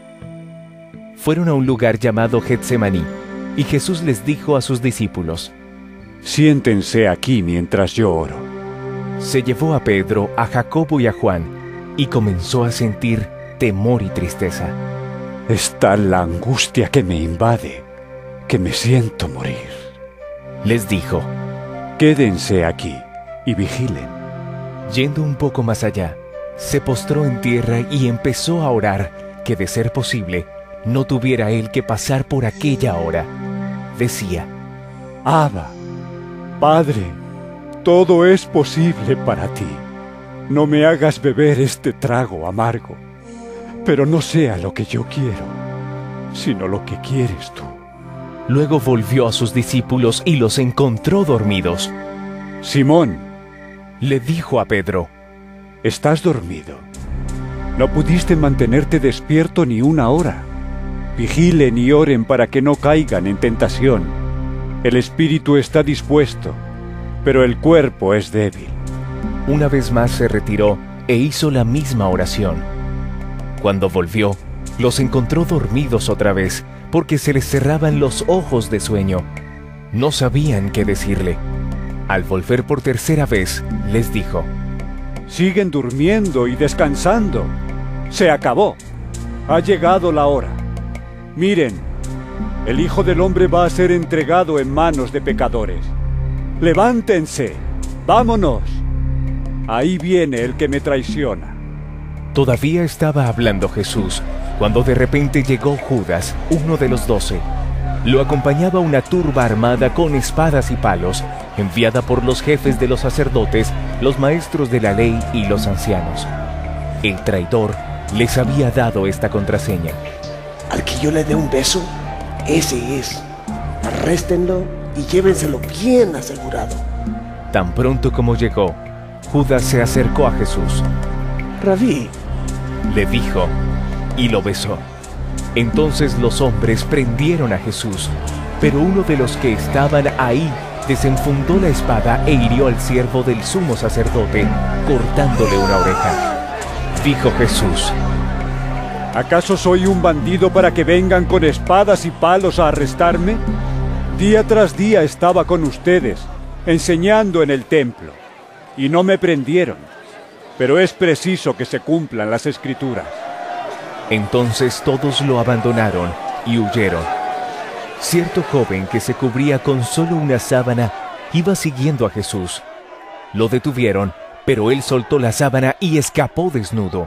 Fueron a un lugar llamado Getsemaní, y Jesús les dijo a sus discípulos: siéntense aquí mientras yo oro. Se llevó a Pedro, a Jacobo y a Juan, y comenzó a sentir temor y tristeza. Es tal la angustia que me invade, que me siento morir. Les dijo: quédense aquí y vigilen. Yendo un poco más allá, se postró en tierra y empezó a orar que, de ser posible, no tuviera él que pasar por aquella hora. Decía: Abba, Padre, todo es posible para ti. No me hagas beber este trago amargo, pero no sea lo que yo quiero, sino lo que quieres tú. Luego volvió a sus discípulos y los encontró dormidos. Simón, le dijo a Pedro: ¿estás dormido? ¿No pudiste mantenerte despierto ni una hora? Vigilen y oren para que no caigan en tentación. El espíritu está dispuesto, pero el cuerpo es débil. Una vez más se retiró e hizo la misma oración. Cuando volvió, los encontró dormidos otra vez, porque se les cerraban los ojos de sueño. No sabían qué decirle. Al volver por tercera vez, les dijo: siguen durmiendo y descansando. Se acabó. Ha llegado la hora. Miren, el Hijo del Hombre va a ser entregado en manos de pecadores. Levántense, vámonos. Ahí viene el que me traiciona. Todavía estaba hablando Jesús, cuando de repente llegó Judas, uno de los 12. Lo acompañaba una turba armada con espadas y palos, enviada por los jefes de los sacerdotes, los maestros de la ley y los ancianos. El traidor les había dado esta contraseña: al que yo le dé un beso, ese es. Arréstenlo y llévenselo bien asegurado. Tan pronto como llegó, Judas se acercó a Jesús. Rabí, le dijo, y lo besó. Entonces los hombres prendieron a Jesús, pero uno de los que estaban ahí desenfundó la espada e hirió al siervo del sumo sacerdote, cortándole una oreja. Dijo Jesús: ¿acaso soy un bandido para que vengan con espadas y palos a arrestarme? Día tras día estaba con ustedes, enseñando en el templo, y no me prendieron. Pero es preciso que se cumplan las Escrituras. Entonces todos lo abandonaron y huyeron. Cierto joven que se cubría con solo una sábana iba siguiendo a Jesús. Lo detuvieron, pero él soltó la sábana y escapó desnudo.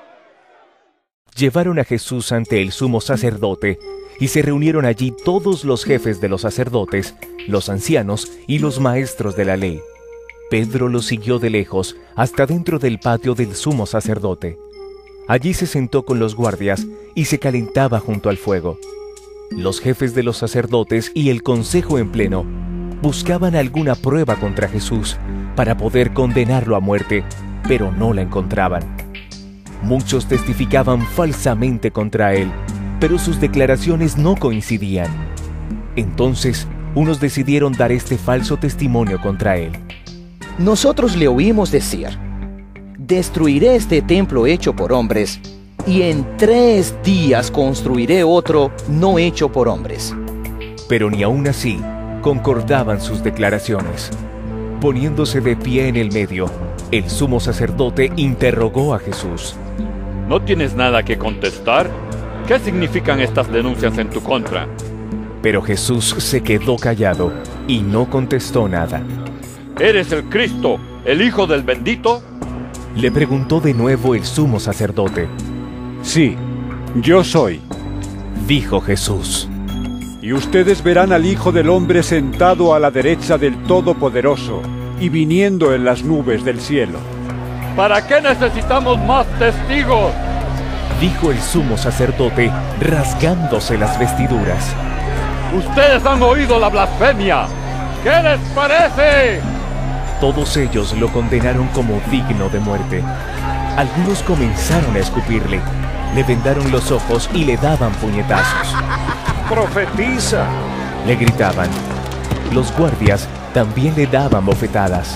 Llevaron a Jesús ante el sumo sacerdote y se reunieron allí todos los jefes de los sacerdotes, los ancianos y los maestros de la ley. Pedro lo siguió de lejos hasta dentro del patio del sumo sacerdote. Allí se sentó con los guardias y se calentaba junto al fuego. Los jefes de los sacerdotes y el consejo en pleno buscaban alguna prueba contra Jesús para poder condenarlo a muerte, pero no la encontraban. Muchos testificaban falsamente contra él, pero sus declaraciones no coincidían. Entonces, unos decidieron dar este falso testimonio contra él. Nosotros le oímos decir: destruiré este templo hecho por hombres, y en 3 días construiré otro no hecho por hombres. Pero ni aún así concordaban sus declaraciones. Poniéndose de pie en el medio, El sumo sacerdote interrogó a Jesús. ¿No tienes nada que contestar? ¿Qué significan estas denuncias en tu contra? Pero Jesús se quedó callado y no contestó nada. ¿Eres el Cristo, el Hijo del Bendito? Le preguntó de nuevo el sumo sacerdote. Sí, yo soy, dijo Jesús. Y ustedes verán al Hijo del Hombre sentado a la derecha del Todopoderoso y viniendo en las nubes del cielo. ¿Para qué necesitamos más testigos?, dijo el sumo sacerdote, rasgándose las vestiduras. ¡Ustedes han oído la blasfemia! ¿Qué les parece? Todos ellos lo condenaron como digno de muerte. Algunos comenzaron a escupirle, le vendaron los ojos y le daban puñetazos. ¡Profetiza!, le gritaban. Los guardias también le daban bofetadas.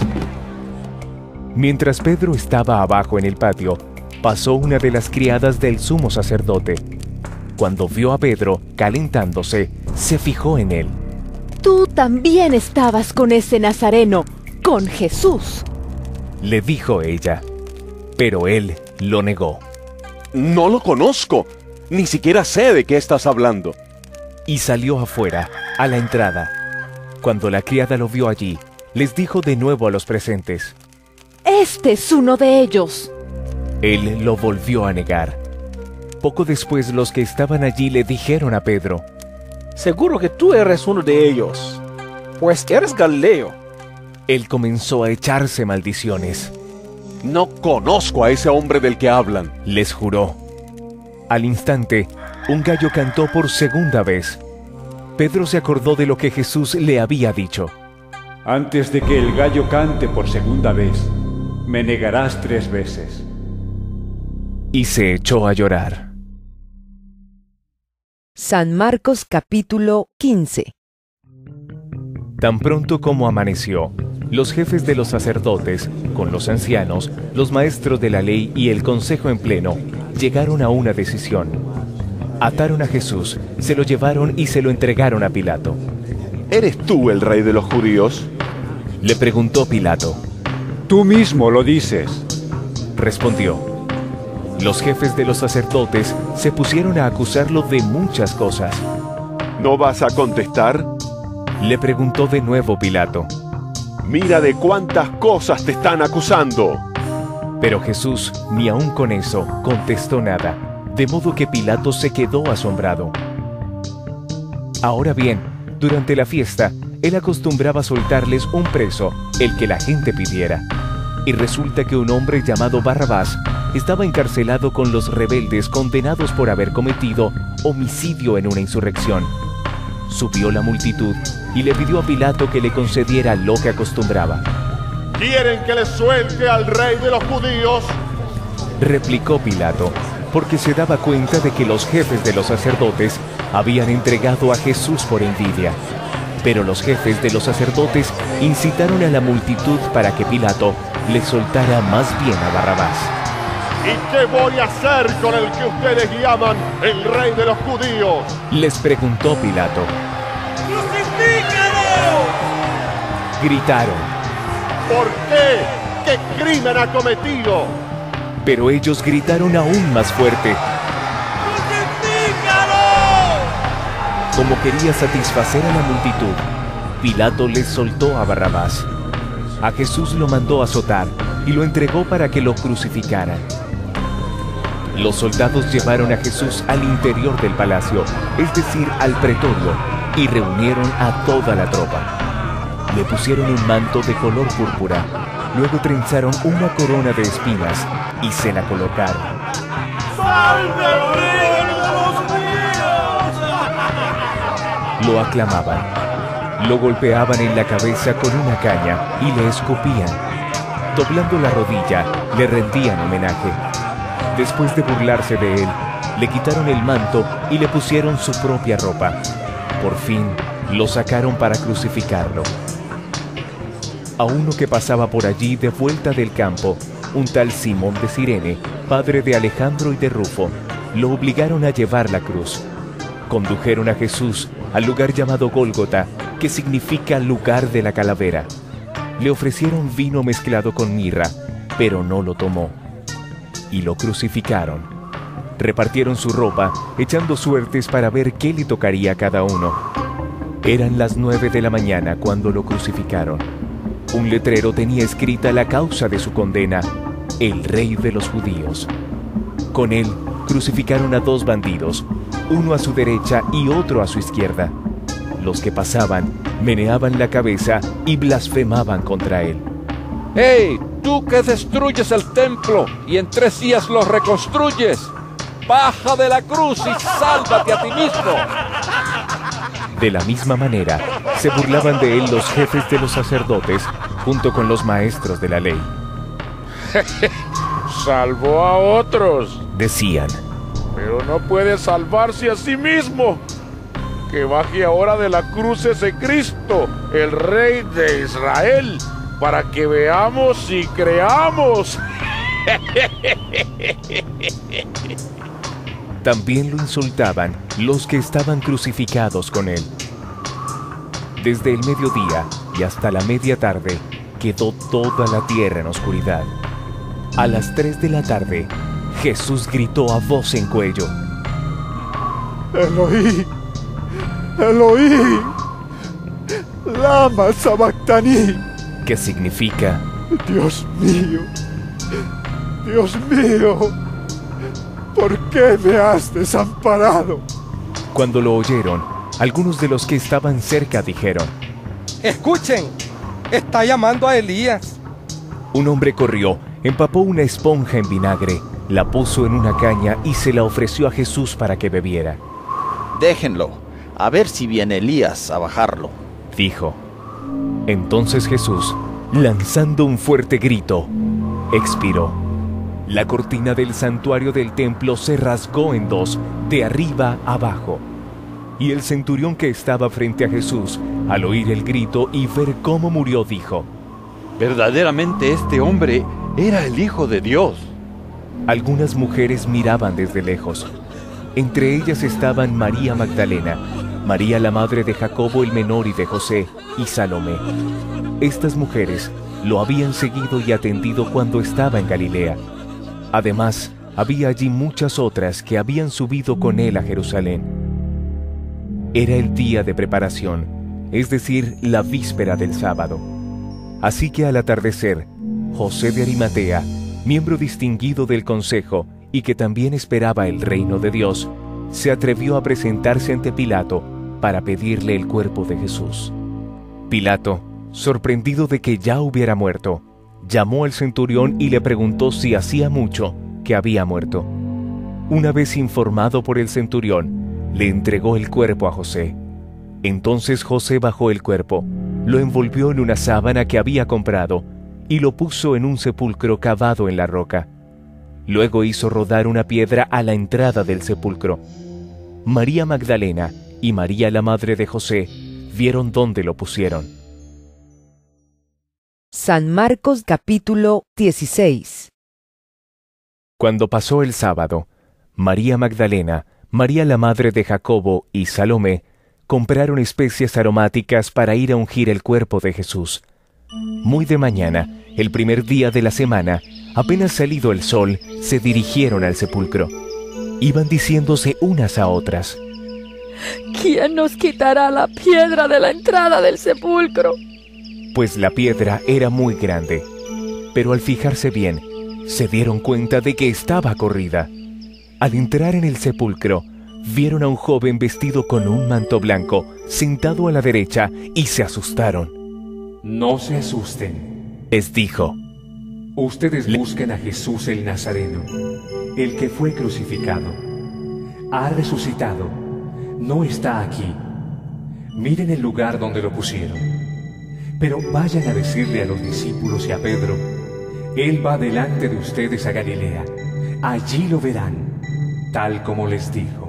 Mientras Pedro estaba abajo en el patio, pasó una de las criadas del sumo sacerdote. Cuando vio a Pedro calentándose, se fijó en él. Tú también estabas con ese nazareno, con Jesús, le dijo ella, pero él lo negó. No lo conozco, ni siquiera sé de qué estás hablando. Y salió afuera, a la entrada. Cuando la criada lo vio allí, les dijo de nuevo a los presentes: este es uno de ellos. Él lo volvió a negar. Poco después los que estaban allí le dijeron a Pedro: seguro que tú eres uno de ellos, pues eres Galileo. Él comenzó a echarse maldiciones. No conozco a ese hombre del que hablan, les juró. Al instante, un gallo cantó por segunda vez. Pedro se acordó de lo que Jesús le había dicho. Antes de que el gallo cante por segunda vez, me negarás 3 veces. Y se echó a llorar. San Marcos capítulo 15. Tan pronto como amaneció, los jefes de los sacerdotes, con los ancianos, los maestros de la ley y el consejo en pleno, llegaron a una decisión. Ataron a Jesús, se lo llevaron y se lo entregaron a Pilato. ¿Eres tú el rey de los judíos?, le preguntó Pilato. Tú mismo lo dices, respondió. Los jefes de los sacerdotes se pusieron a acusarlo de muchas cosas. ¿No vas a contestar?, le preguntó de nuevo Pilato. Mira de cuántas cosas te están acusando. Pero Jesús, ni aun con eso, contestó nada, de modo que Pilato se quedó asombrado. Ahora bien, durante la fiesta, él acostumbraba soltarles un preso, el que la gente pidiera. Y resulta que un hombre llamado Barrabás estaba encarcelado con los rebeldes condenados por haber cometido homicidio en una insurrección. Subió la multitud y le pidió a Pilato que le concediera lo que acostumbraba. ¿Quieren que le suelte al rey de los judíos?, replicó Pilato, porque se daba cuenta de que los jefes de los sacerdotes habían entregado a Jesús por envidia. Pero los jefes de los sacerdotes incitaron a la multitud para que Pilato le soltara más bien a Barrabás. ¿Y qué voy a hacer con el que ustedes llaman el rey de los judíos?, les preguntó Pilato. ¡Crucifícalo!, gritaron. ¿Por qué? ¿Qué crimen ha cometido? Pero ellos gritaron aún más fuerte. ¡Crucifícalo! Como quería satisfacer a la multitud, Pilato les soltó a Barrabás. A Jesús lo mandó azotar y lo entregó para que lo crucificaran. Los soldados llevaron a Jesús al interior del palacio, es decir, al pretorio, y reunieron a toda la tropa. Le pusieron un manto de color púrpura, luego trenzaron una corona de espinas y se la colocaron. ¡Salve al rey de los judíos! Lo aclamaban, lo golpeaban en la cabeza con una caña y le escupían. Doblando la rodilla, le rendían homenaje. Después de burlarse de él, le quitaron el manto y le pusieron su propia ropa. Por fin, lo sacaron para crucificarlo. A uno que pasaba por allí de vuelta del campo, un tal Simón de Cirene, padre de Alejandro y de Rufo, lo obligaron a llevar la cruz. Condujeron a Jesús al lugar llamado Gólgota, que significa lugar de la calavera. Le ofrecieron vino mezclado con mirra, pero no lo tomó. Y lo crucificaron. Repartieron su ropa, echando suertes para ver qué le tocaría a cada uno. Eran las 9 de la mañana cuando lo crucificaron. Un letrero tenía escrita la causa de su condena: el Rey de los Judíos. Con él crucificaron a 2 bandidos, uno a su derecha y otro a su izquierda. Los que pasaban meneaban la cabeza y blasfemaban contra él. ¡Hey! ¡Tú que destruyes el templo y en 3 días lo reconstruyes! ¡Baja de la cruz y sálvate a ti mismo! De la misma manera, se burlaban de él los jefes de los sacerdotes junto con los maestros de la ley. Salvó a otros, decían, pero no puede salvarse a sí mismo. Que baje ahora de la cruz ese Cristo, el Rey de Israel, para que veamos y creamos. También lo insultaban los que estaban crucificados con él. Desde el mediodía y hasta la media tarde quedó toda la tierra en oscuridad. A las 3 de la tarde, Jesús gritó a voz en cuello: Eloí, Eloí, lama sabactani, que significa: Dios mío, ¿por qué me has desamparado? Cuando lo oyeron, algunos de los que estaban cerca dijeron: ¡Escuchen! ¡Está llamando a Elías! Un hombre corrió, empapó una esponja en vinagre, la puso en una caña y se la ofreció a Jesús para que bebiera. Déjenlo, a ver si viene Elías a bajarlo, dijo. Entonces Jesús, lanzando un fuerte grito, expiró. La cortina del santuario del templo se rasgó en 2, de arriba a abajo. Y el centurión que estaba frente a Jesús, al oír el grito y ver cómo murió, dijo: verdaderamente este hombre era el Hijo de Dios. Algunas mujeres miraban desde lejos. Entre ellas estaban María Magdalena, María la madre de Jacobo el menor y de José, y Salomé. Estas mujeres lo habían seguido y atendido cuando estaba en Galilea. Además, había allí muchas otras que habían subido con él a Jerusalén. Era el día de preparación, es decir, la víspera del sábado. Así que al atardecer, José de Arimatea, miembro distinguido del consejo y que también esperaba el reino de Dios, se atrevió a presentarse ante Pilato para pedirle el cuerpo de Jesús. Pilato, sorprendido de que ya hubiera muerto, llamó al centurión y le preguntó si hacía mucho que había muerto. Una vez informado por el centurión, le entregó el cuerpo a José. Entonces José bajó el cuerpo, lo envolvió en una sábana que había comprado y lo puso en un sepulcro cavado en la roca. Luego hizo rodar una piedra a la entrada del sepulcro. María Magdalena y María la madre de José vieron dónde lo pusieron. San Marcos capítulo 16. Cuando pasó el sábado, María Magdalena, María la madre de Jacobo y Salomé compraron especias aromáticas para ir a ungir el cuerpo de Jesús. Muy de mañana, el primer día de la semana, apenas salido el sol, se dirigieron al sepulcro. Iban diciéndose unas a otras: ¿quién nos quitará la piedra de la entrada del sepulcro? Pues la piedra era muy grande. Pero al fijarse bien, se dieron cuenta de que estaba corrida. Al entrar en el sepulcro, vieron a un joven vestido con un manto blanco, sentado a la derecha, y se asustaron. No se asusten, les dijo. Ustedes buscan a Jesús el Nazareno, el que fue crucificado. Ha resucitado, no está aquí. Miren el lugar donde lo pusieron. Pero vayan a decirle a los discípulos y a Pedro: Él va delante de ustedes a Galilea. Allí lo verán, tal como les dijo.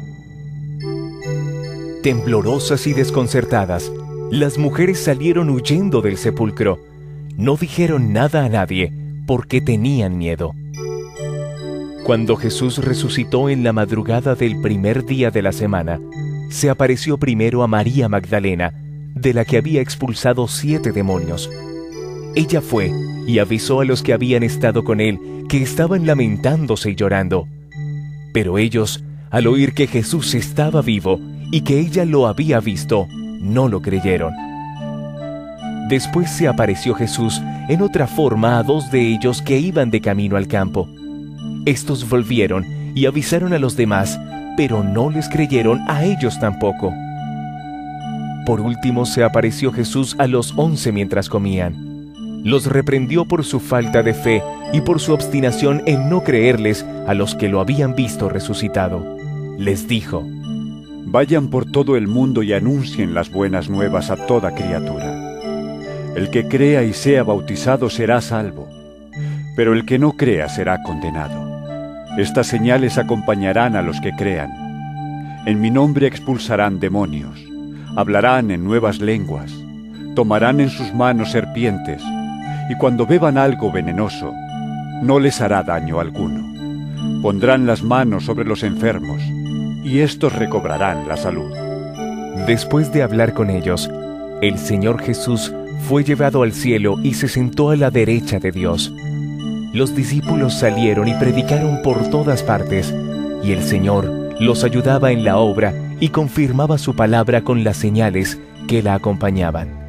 Temblorosas y desconcertadas, las mujeres salieron huyendo del sepulcro. No dijeron nada a nadie porque tenían miedo. Cuando Jesús resucitó en la madrugada del primer día de la semana, se apareció primero a María Magdalena, de la que había expulsado 7 demonios. Ella fue y avisó a los que habían estado con él que estaban lamentándose y llorando. Pero ellos, al oír que Jesús estaba vivo y que ella lo había visto, no lo creyeron. Después se apareció Jesús en otra forma a 2 de ellos que iban de camino al campo. Estos volvieron y avisaron a los demás, pero no les creyeron a ellos tampoco. Por último se apareció Jesús a los 11 mientras comían. Los reprendió por su falta de fe y por su obstinación en no creerles a los que lo habían visto resucitado. Les dijo: Vayan por todo el mundo y anuncien las buenas nuevas a toda criatura. El que crea y sea bautizado será salvo, pero el que no crea será condenado. Estas señales acompañarán a los que crean. En mi nombre expulsarán demonios, hablarán en nuevas lenguas, tomarán en sus manos serpientes, y cuando beban algo venenoso, no les hará daño alguno. Pondrán las manos sobre los enfermos, y éstos recobrarán la salud. Después de hablar con ellos, el Señor Jesús fue llevado al cielo y se sentó a la derecha de Dios. Los discípulos salieron y predicaron por todas partes, y el Señor los ayudaba en la obra y confirmaba su palabra con las señales que la acompañaban.